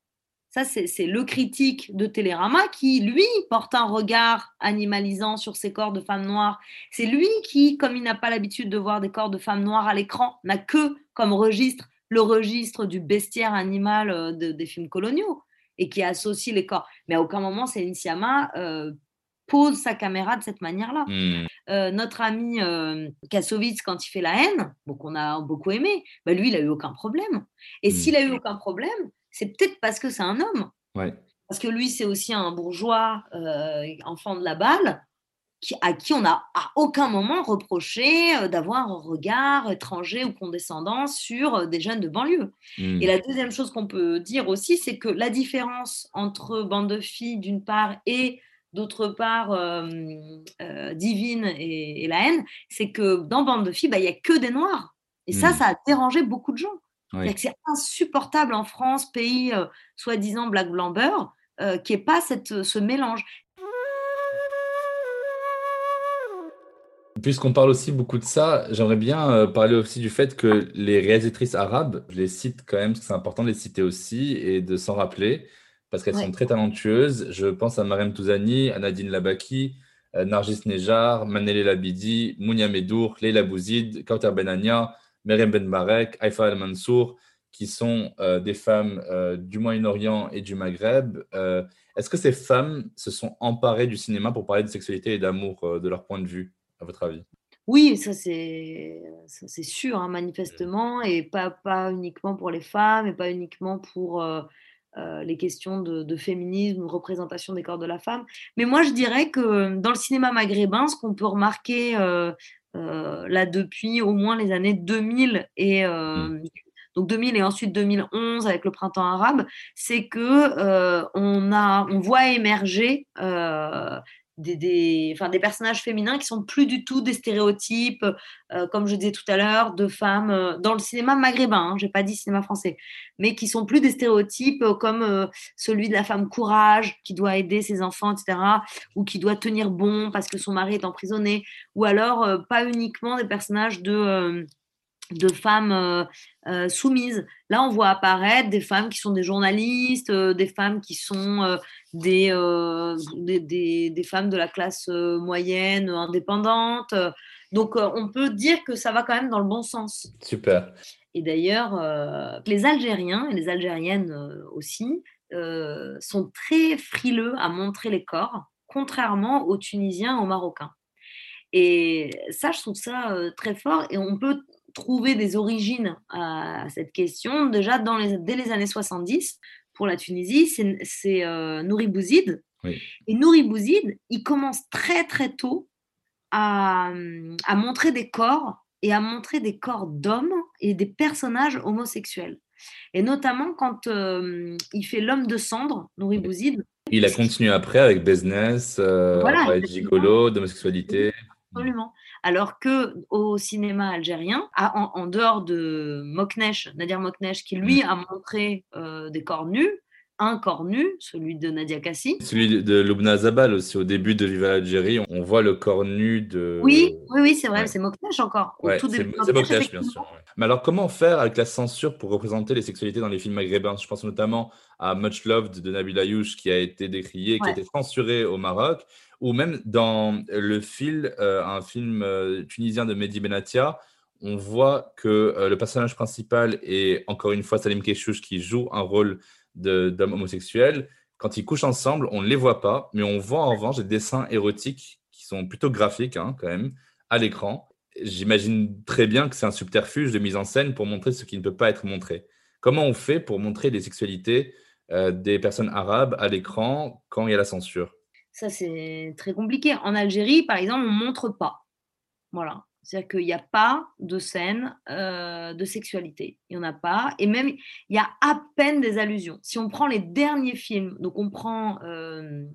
Ça, c'est, c'est le critique de Télérama qui, lui, porte un regard animalisant sur ces corps de femmes noires. C'est lui qui, comme il n'a pas l'habitude de voir des corps de femmes noires à l'écran, n'a que comme registre le registre du bestiaire animal euh, de- des films coloniaux et qui associe les corps. Mais à aucun moment, Céline Sciamma euh, pose sa caméra de cette manière-là. Mhm. Euh, notre ami euh, Kassovitz, quand il fait La Haine, bon, qu'on a beaucoup aimé, bah, lui, il n'a eu aucun problème. Et Mhm. s'il a eu aucun problème, c'est peut-être parce que c'est un homme. Ouais. Parce que lui, c'est aussi un bourgeois euh, enfant de la balle qui, à qui on n'a à aucun moment reproché euh, d'avoir un regard étranger ou condescendant sur euh, des jeunes de banlieue. Et Mhm. la deuxième chose qu'on peut dire aussi, c'est que la différence entre Bande de filles d'une part et d'autre part euh, euh, Divine et, et La Haine, c'est que dans Bande de filles, bah, il n'y a que des noirs. Et ça, Mhm. ça a dérangé beaucoup de gens. Ouais. C'est-à-dire que c'est insupportable en France, pays euh, soi-disant black blanc beurre, euh, qu'il n'y ait pas cette, ce mélange. Puisqu'on parle aussi beaucoup de ça, j'aimerais bien euh, parler aussi du fait que les réalisatrices arabes, je les cite quand même, parce que c'est important de les citer aussi et de s'en rappeler, parce qu'elles sont Ouais. très talentueuses. Je pense à Marem Touzani, à Nadine Labaki, euh, Nargis Nejar, Manele Labidi, Mounia Medour, Leila Bouzid, Kauter Benania, Meriem Benbarek, Haïfa Al Mansour, qui sont euh, des femmes euh, du Moyen-Orient et du Maghreb. Euh, est-ce que ces femmes se sont emparées du cinéma pour parler de sexualité et d'amour euh, de leur point de vue, à votre avis? Oui, ça c'est, ça, c'est sûr, hein, Mm. manifestement, et pas, pas uniquement pour les femmes, et pas uniquement pour euh, euh, les questions de, de féminisme, de représentation des corps de la femme. Mais moi, je dirais que dans le cinéma maghrébin, ce qu'on peut remarquer euh, euh, là depuis au moins les années deux mille et Mm. euh, donc deux mille et ensuite deux mille onze avec le printemps arabe, c'est que euh, on a, on voit émerger euh, des, des, enfin, des personnages féminins qui sont plus du tout des stéréotypes, euh, comme je disais tout à l'heure, de femmes euh, dans le cinéma maghrébin, hein, j'ai pas dit cinéma français, mais qui sont plus des stéréotypes euh, comme euh, celui de la femme courage qui doit aider ses enfants, et cetera, ou qui doit tenir bon parce que son mari est emprisonné, ou alors euh, pas uniquement des personnages de euh, de femmes euh, euh, soumises. Là, on voit apparaître des femmes qui sont des journalistes, euh, des femmes qui sont euh, des, euh, des, des, des femmes de la classe euh, moyenne, indépendante. Il Donc, euh, on peut dire que ça va quand même dans le bon sens. Super. Et d'ailleurs, euh, les Algériens et les Algériennes euh, aussi euh, sont très frileux à montrer les corps, contrairement aux Tunisiens, aux Marocains. Et ça, je trouve ça euh, très fort. Et on peut trouver des origines à cette question. Déjà, dans les, dès les années soixante-dix, pour la Tunisie, c'est, c'est euh, Nouri Bouzid. Oui. Et Nouri Bouzid, il commence très, très tôt à, à montrer des corps et à montrer des corps d'hommes et des personnages homosexuels. Et notamment quand euh, il fait L'homme de cendre, Nouri Bouzid. Il a continué après avec business, euh, Voilà, à parler de gigolo, d'homosexualité. Absolument. Alors qu'au cinéma algérien, à, en, en dehors de Moknesh, Nadir Moknesh, qui lui Mm. a montré euh, des corps nus, un corps nu, celui de Nadia Kassi. Celui de Loubna Zabal aussi, au début de Viva l'Algérie, on voit le corps nu de... Oui, oui, oui, c'est vrai, Ouais. c'est Moknesh encore. Au Ouais, tout c'est début de c'est Moknesh, Moknesh, bien sûr. Ouais. Mais alors, comment faire avec la censure pour représenter les sexualités dans les films maghrébins? Je pense notamment à Much Loved de Nabil Ayouch, qui a été décrié, qui Ouais. a été censuré au Maroc, ou même dans le film, euh, un film euh, tunisien de Mehdi Benatia, on voit que euh, le personnage principal est, encore une fois, Salim Keshouch, qui joue un rôle de, d'homme homosexuel. Quand ils couchent ensemble, on ne les voit pas, mais on voit en revanche des dessins érotiques qui sont plutôt graphiques, hein, quand même, à l'écran. J'imagine très bien que c'est un subterfuge de mise en scène pour montrer ce qui ne peut pas être montré. Comment on fait pour montrer les sexualités euh, des personnes arabes à l'écran quand il y a la censure? Ça, c'est très compliqué. En Algérie, par exemple, on ne montre pas. Voilà. C'est-à-dire qu'il n'y a pas de scène euh, de sexualité. Il n'y en a pas. Et même, il y a à peine des allusions. Si on prend les derniers films, donc on prend euh,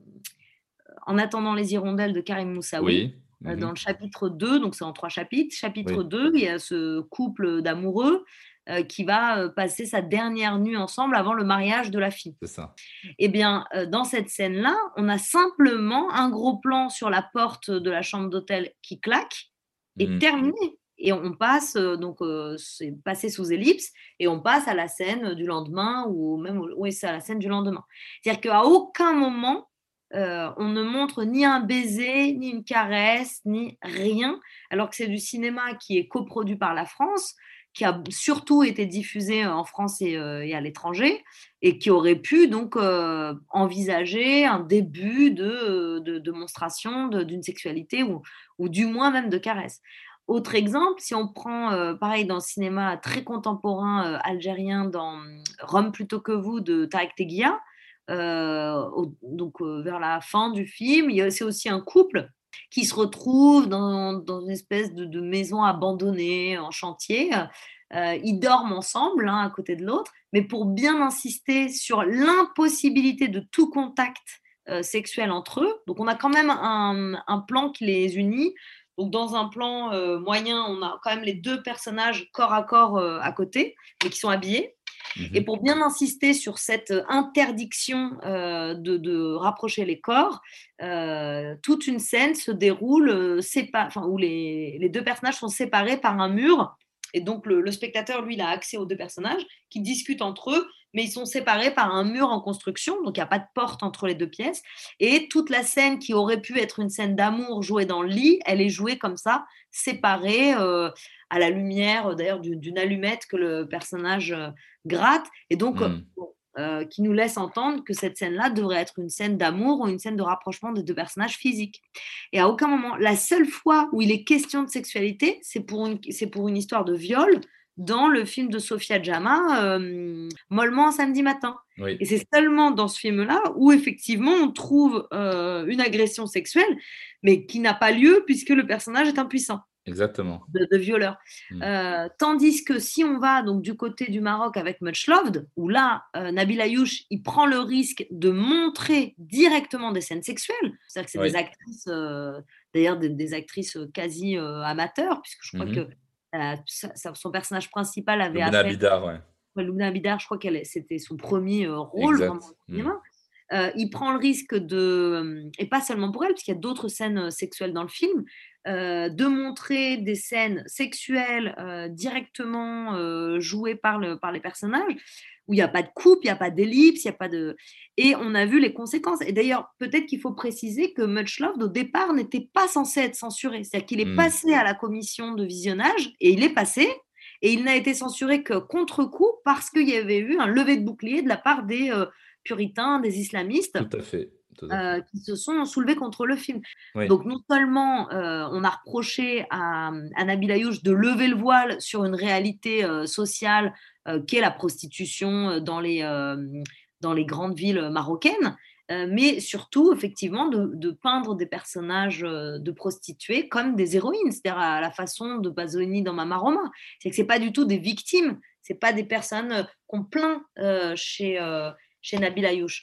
En attendant les hirondelles de Karim Moussaoui, Oui. euh, Mhm. dans le chapitre deux, donc c'est en trois chapitres. Chapitre Oui. deux, il y a ce couple d'amoureux euh, qui va euh, passer sa dernière nuit ensemble avant le mariage de la fille. C'est ça. Eh bien, euh, dans cette scène-là, on a simplement un gros plan sur la porte de la chambre d'hôtel qui claque et Mhm. terminé. Et on passe, euh, donc euh, c'est passé sous ellipse, et on passe à la scène du lendemain, ou même, oui, c'est à la scène du lendemain. C'est-à-dire qu'à aucun moment, euh, on ne montre ni un baiser, ni une caresse, ni rien, alors que c'est du cinéma qui est coproduit par la France, qui a surtout été diffusé en France et, euh, et à l'étranger, et qui aurait pu donc euh, envisager un début de, de, de monstration de, d'une sexualité, ou, ou du moins même de caresse. Autre exemple, si on prend, euh, pareil, dans le cinéma très contemporain euh, algérien, dans Rome plutôt que vous de Tarek Teguia, euh, au, donc euh, vers la fin du film, il y a, c'est aussi un couple qui se retrouve dans, dans une espèce de, de maison abandonnée en chantier. Euh, ils dorment ensemble, l'un à côté de l'autre, mais pour bien insister sur l'impossibilité de tout contact euh, sexuel entre eux. Donc on a quand même un, un plan qui les unit. Donc dans un plan euh, moyen, on a quand même les deux personnages corps à corps euh, à côté, mais qui sont habillés. Mmh. Et pour bien insister sur cette interdiction euh, de, de rapprocher les corps, euh, toute une scène se déroule euh, sépa- enfin, où les, les deux personnages sont séparés par un mur. Et donc le, le spectateur, lui, il a accès aux deux personnages qui discutent entre eux, mais ils sont séparés par un mur en construction, donc il n'y a pas de porte entre les deux pièces. Et toute la scène qui aurait pu être une scène d'amour jouée dans le lit, elle est jouée comme ça, séparée, euh, à la lumière d'ailleurs d'une, d'une allumette que le personnage euh, gratte, et donc mmh. bon, euh, qui nous laisse entendre que cette scène-là devrait être une scène d'amour ou une scène de rapprochement des deux personnages physiques. Et à aucun moment, la seule fois où il est question de sexualité, c'est pour une, c'est pour une histoire de viol, dans le film de Sophia Djama, euh, Mollement un samedi matin. Oui. Et c'est seulement dans ce film-là où effectivement on trouve euh, une agression sexuelle, mais qui n'a pas lieu puisque le personnage est impuissant. Exactement. De, de violeur. Mmh. Euh, tandis que si on va donc du côté du Maroc avec Much Loved, où là, euh, Nabil Ayouch, il prend le risque de montrer directement des scènes sexuelles. C'est-à-dire que c'est oui. des actrices, euh, d'ailleurs des, des actrices quasi euh, amateurs, puisque je crois mmh. que euh, ça, son personnage principal avait Loubna Abidar, ouais. ouais. Loubna Abidar, je crois que c'était son premier euh, rôle exact. vraiment au cinéma. Mmh. Euh, il prend le risque de, et pas seulement pour elle, parce qu'il y a d'autres scènes sexuelles dans le film, euh, de montrer des scènes sexuelles euh, directement euh, jouées par, le, par les personnages, où il n'y a pas de coupe, il n'y a pas d'ellipse, il y a pas de... Et on a vu les conséquences. Et d'ailleurs, peut-être qu'il faut préciser que Much Loved, au départ, n'était pas censé être censuré. C'est-à-dire qu'il est Mm. passé à la commission de visionnage, et il est passé, et il n'a été censuré que contre-coup parce qu'il y avait eu un lever de bouclier de la part des euh, puritains, des islamistes, Tout à fait. Tout à fait. euh, qui se sont soulevés contre le film. Oui. Donc non seulement euh, on a reproché à, à Nabil Ayouch de lever le voile sur une réalité euh, sociale euh, qu'est la prostitution dans les, euh, dans les grandes villes marocaines, euh, mais surtout effectivement de, de peindre des personnages euh, de prostituées comme des héroïnes, c'est-à-dire à la façon de Pasolini dans Mama Roma. C'est que c'est pas du tout des victimes, c'est pas des personnes euh, qu'on plaint euh, chez, euh, chez Nabil Ayouch.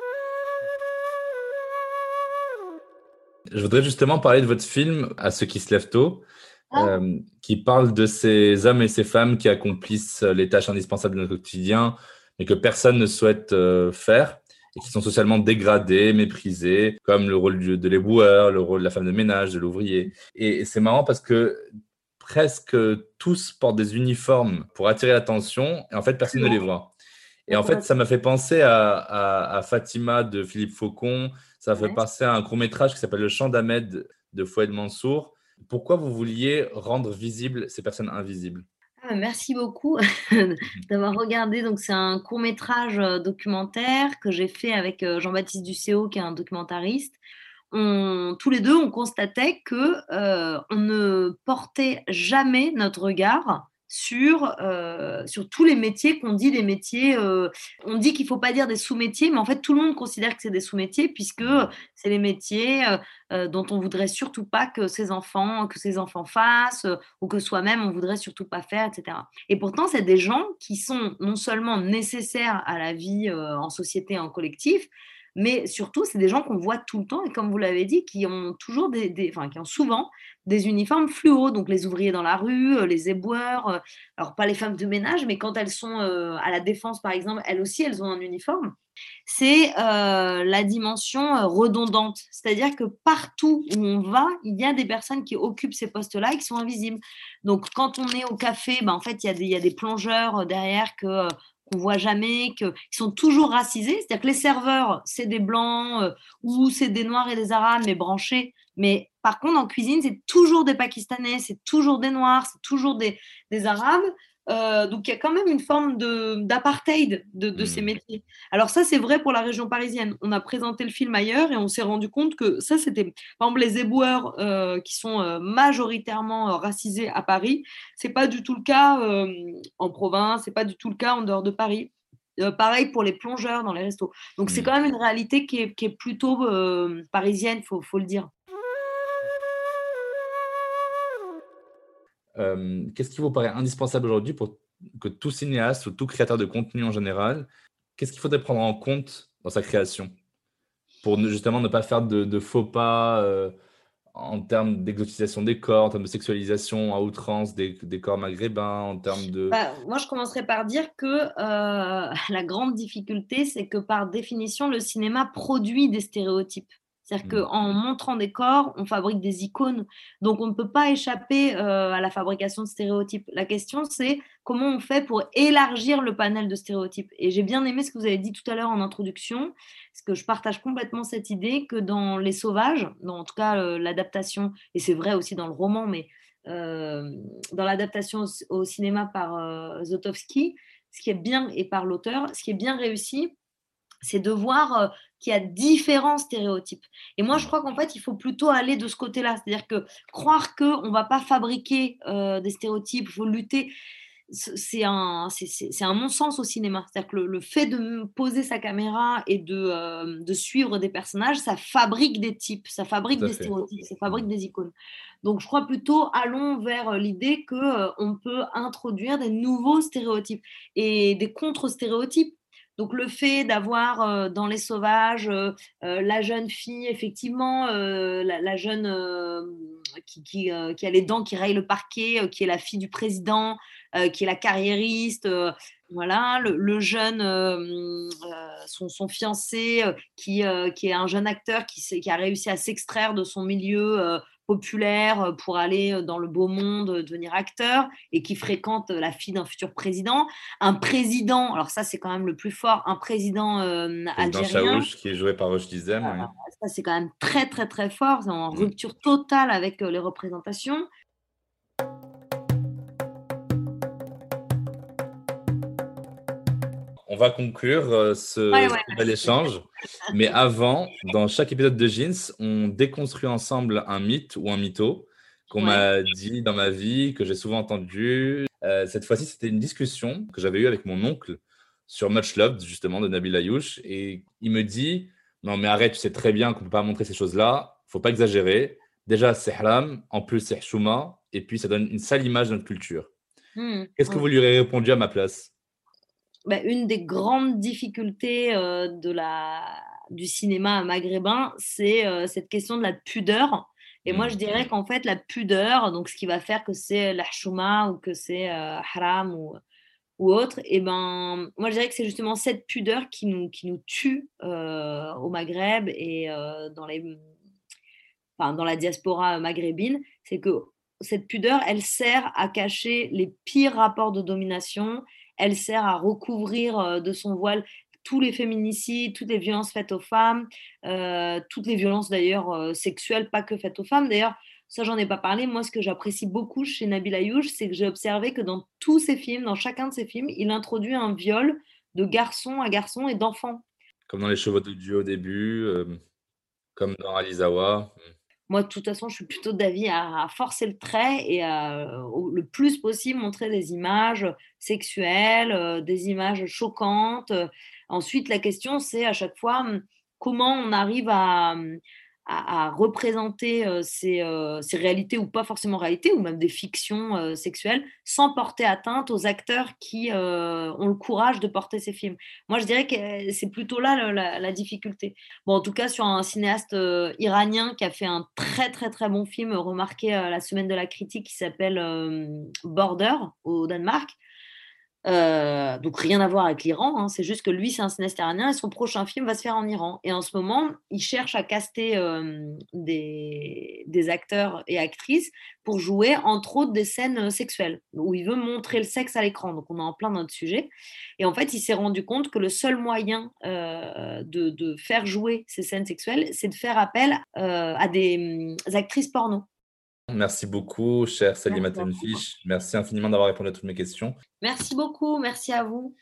Je voudrais justement parler de votre film À ceux qui se lèvent tôt, Ah. euh, qui parle de ces hommes et ces femmes qui accomplissent les tâches indispensables de notre quotidien, mais que personne ne souhaite euh, faire, et qui sont socialement dégradés, méprisés, comme le rôle du- de l'éboueur, le rôle de la femme de ménage, de l'ouvrier. Et, et c'est marrant parce que presque tous portent des uniformes pour attirer l'attention, et en fait, personne ne les voit. Et en fait, ça m'a fait penser à, à- à Fatima de Philippe Faucon. Ça m'a fait Ouais. penser à un court-métrage qui s'appelle Le Chant d'Ahmed de Fouad Mansour. Pourquoi vous vouliez rendre visibles ces personnes invisibles? Ah, merci beaucoup d'avoir regardé. Donc, c'est un court-métrage euh, documentaire que j'ai fait avec euh, Jean-Baptiste Ducéo, qui est un documentariste. On, tous les deux, on constatait que euh, on ne portait jamais notre regard sur, euh, sur tous les métiers qu'on dit des métiers. Euh, on dit qu'il ne faut pas dire des sous-métiers, mais en fait, tout le monde considère que c'est des sous-métiers puisque c'est les métiers euh, euh, dont on voudrait surtout pas que ses enfants, que ses enfants fassent euh, ou que soi-même on voudrait surtout pas faire, et cetera. Et pourtant, c'est des gens qui sont non seulement nécessaires à la vie euh, en société, en collectif, mais surtout, c'est des gens qu'on voit tout le temps et comme vous l'avez dit, qui ont toujours des, des enfin, qui ont souvent des uniformes fluo, donc les ouvriers dans la rue, euh, les éboueurs, euh, alors pas les femmes de ménage, mais quand elles sont euh, à la Défense, par exemple, elles aussi, elles ont un uniforme. C'est euh, la dimension euh, redondante, c'est-à-dire que partout où on va, il y a des personnes qui occupent ces postes-là et qui sont invisibles. Donc, quand on est au café, ben, en fait, il y a des, il y a des plongeurs euh, derrière que euh, qu'on voit jamais, qu'ils sont toujours racisés. C'est-à-dire que les serveurs, c'est des blancs euh, ou c'est des noirs et des arabes, mais branchés. Mais par contre, en cuisine, c'est toujours des Pakistanais, c'est toujours des noirs, c'est toujours des, des arabes. Euh, donc, il y a quand même une forme de, d'apartheid de, de mmh. ces métiers. Alors ça, c'est vrai pour la région parisienne. On a présenté le film ailleurs et on s'est rendu compte que ça, c'était, par exemple, les éboueurs euh, qui sont euh, majoritairement euh, racisés à Paris. C'est pas du tout le cas euh, en province, c'est pas du tout le cas en dehors de Paris. Euh, pareil pour les plongeurs dans les restos. Donc, mmh. c'est quand même une réalité qui est, qui est plutôt euh, parisienne, faut, faut le dire. Euh, qu'est-ce qui vous paraît indispensable aujourd'hui pour que tout cinéaste ou tout créateur de contenu en général, qu'est-ce qu'il faudrait prendre en compte dans sa création pour ne, justement ne pas faire de, de faux pas euh, en termes d'exotisation des corps, en termes de sexualisation à outrance des, des corps maghrébins, en termes de... Bah, moi, je commencerais par dire que euh, la grande difficulté, c'est que par définition, le cinéma produit des stéréotypes. C'est-à-dire mmh. qu'en montrant des corps, on fabrique des icônes. Donc, on ne peut pas échapper euh, à la fabrication de stéréotypes. La question, c'est comment on fait pour élargir le panel de stéréotypes. Et j'ai bien aimé ce que vous avez dit tout à l'heure en introduction, parce que je partage complètement cette idée que dans Les Sauvages, dans en tout cas euh, l'adaptation, et c'est vrai aussi dans le roman, mais euh, dans l'adaptation au, au cinéma par euh, Zotowski, ce qui est bien, et par l'auteur, ce qui est bien réussi, c'est de voir euh, qu'il y a différents stéréotypes. Et moi, je crois qu'en fait, il faut plutôt aller de ce côté-là. C'est-à-dire que croire qu'on ne va pas fabriquer euh, des stéréotypes, il faut lutter, c'est un, c'est, c'est, c'est un non-sens au cinéma. C'est-à-dire que le, le fait de poser sa caméra et de, euh, de suivre des personnages, ça fabrique des types, ça fabrique des fait. stéréotypes, ça fabrique des icônes. Donc, je crois plutôt, allons vers l'idée qu'on euh, peut introduire des nouveaux stéréotypes et des contre-stéréotypes. Donc, le fait d'avoir euh, dans Les Sauvages euh, euh, la jeune fille, effectivement, euh, la, la jeune euh, qui, qui, euh, qui a les dents qui rayent le parquet, euh, qui est la fille du président, euh, qui est la carriériste, euh, voilà, le, le jeune, euh, euh, son, son fiancé, euh, qui, euh, qui est un jeune acteur qui, qui a réussi à s'extraire de son milieu euh, populaire pour aller dans le beau monde, devenir acteur, et qui fréquente la fille d'un futur président. Un président, alors ça c'est quand même le plus fort, un président euh, algérien. Chaouch, qui est joué par Roche Dizem. Euh, oui. Ça c'est quand même très très très fort, c'est en rupture totale avec euh, les représentations. On va conclure euh, ce Ouais, ouais. bel échange. Mais avant, dans chaque épisode de Jeans, on déconstruit ensemble un mythe ou un mytho qu'on Ouais. m'a dit dans ma vie, que j'ai souvent entendu. Euh, cette fois-ci, c'était une discussion que j'avais eue avec mon oncle sur Much Loved, justement, de Nabil Ayouch. Et il me dit, non mais arrête, tu sais très bien qu'on ne peut pas montrer ces choses-là. Il ne faut pas exagérer. Déjà, c'est haram. En plus, c'est chouma. Et puis, ça donne une sale image de notre culture. Mmh. Qu'est-ce que Ouais. vous lui aurez répondu à ma place? Bah, une des grandes difficultés euh, de la, du cinéma maghrébin, c'est euh, cette question de la pudeur. Et Mm. moi, je dirais qu'en fait, la pudeur, donc ce qui va faire que c'est la chouma ou que c'est euh, haram ou, ou autre, et ben, moi, je dirais que c'est justement cette pudeur qui nous, qui nous tue euh, au Maghreb et euh, dans, les, enfin, dans la diaspora maghrébine. C'est que cette pudeur, elle sert à cacher les pires rapports de domination. Elle sert à recouvrir euh, de son voile tous les féminicides, toutes les violences faites aux femmes, euh, toutes les violences d'ailleurs euh, sexuelles, pas que faites aux femmes. D'ailleurs, ça, j'en ai pas parlé. Moi, ce que j'apprécie beaucoup chez Nabil Ayouch, c'est que j'ai observé que dans tous ses films, dans chacun de ses films, il introduit un viol de garçon à garçon et d'enfant. Comme dans Les Chevaux de Dieu au début, euh, comme dans Alizawa. Moi, de toute façon, je suis plutôt d'avis à, à forcer le trait et à, au, le plus possible, montrer des images sexuelles, euh, des images choquantes. Ensuite, la question, c'est à chaque fois comment on arrive à, à, à représenter euh, ces, euh, ces réalités ou pas forcément réalités, ou même des fictions euh, sexuelles, sans porter atteinte aux acteurs qui euh, ont le courage de porter ces films. Moi, je dirais que c'est plutôt là la, la, la difficulté. Bon, en tout cas, sur un cinéaste euh, iranien qui a fait un très, très, très bon film remarqué à la Semaine de la Critique qui s'appelle euh, Border au Danemark. Euh, donc rien à voir avec l'Iran, hein. C'est juste que lui c'est un cinéaste iranien et son prochain film va se faire en Iran, et en ce moment il cherche à caster euh, des, des acteurs et actrices pour jouer entre autres des scènes sexuelles où il veut montrer le sexe à l'écran, donc on est en plein dans notre sujet, et en fait il s'est rendu compte que le seul moyen euh, de, de faire jouer ces scènes sexuelles, c'est de faire appel euh, à des euh, actrices porno. Merci beaucoup, chère Salima Tenfish. Merci infiniment d'avoir répondu à toutes mes questions. Merci beaucoup, merci à vous.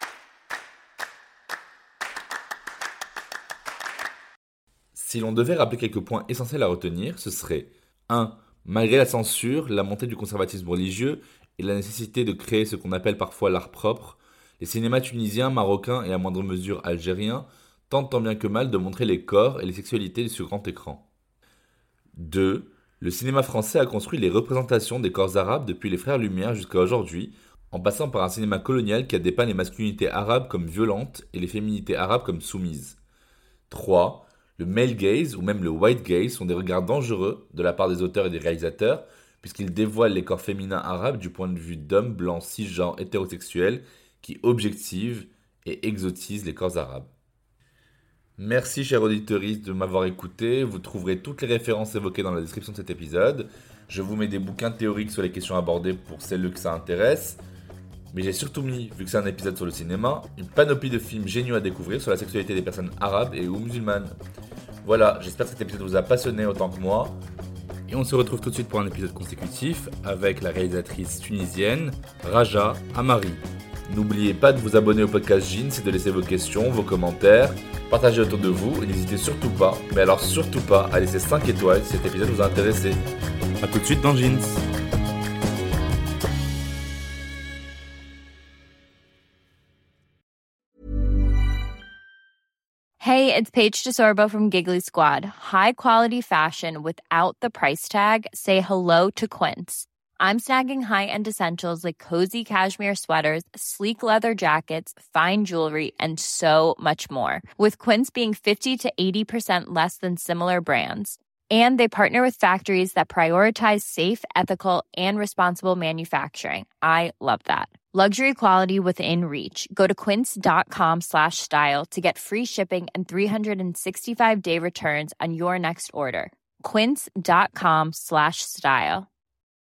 Si l'on devait rappeler quelques points essentiels à retenir, ce serait un. Malgré la censure, la montée du conservatisme religieux et la nécessité de créer ce qu'on appelle parfois l'art propre, les cinémas tunisiens, marocains et à moindre mesure algériens tentent tant bien que mal de montrer les corps et les sexualités sur grand écran. deux. Le cinéma français a construit les représentations des corps arabes depuis les Frères Lumière jusqu'à aujourd'hui, en passant par un cinéma colonial qui a dépeint les masculinités arabes comme violentes et les féminités arabes comme soumises. trois. Le male gaze ou même le white gaze sont des regards dangereux de la part des auteurs et des réalisateurs, puisqu'ils dévoilent les corps féminins arabes du point de vue d'hommes blancs cisgenres hétérosexuels qui objectivent et exotisent les corps arabes. Merci, chers auditeurs, de m'avoir écouté. Vous trouverez toutes les références évoquées dans la description de cet épisode. Je vous mets des bouquins théoriques sur les questions abordées pour celles que ça intéresse. Mais j'ai surtout mis, vu que c'est un épisode sur le cinéma, une panoplie de films géniaux à découvrir sur la sexualité des personnes arabes et ou musulmanes. Voilà, j'espère que cet épisode vous a passionné autant que moi. Et on se retrouve tout de suite pour un épisode consécutif avec la réalisatrice tunisienne Raja Amari. N'oubliez pas de vous abonner au podcast Jeans et de laisser vos questions, vos commentaires, partagez autour de vous et n'hésitez surtout pas, mais alors surtout pas, à laisser cinq étoiles si cet épisode vous a intéressé. A tout de suite dans Jeans. Hey, it's Paige DeSorbo from Giggly Squad. High quality fashion without the price tag. Say hello to Quince. I'm snagging high-end essentials like cozy cashmere sweaters, sleek leather jackets, fine jewelry, and so much more. With Quince being fifty to eighty percent less than similar brands. And they partner with factories that prioritize safe, ethical, and responsible manufacturing. I love that. Luxury quality within reach. Go to quince.com slash style to get free shipping and three sixty-five day returns on your next order. quince.com slash style.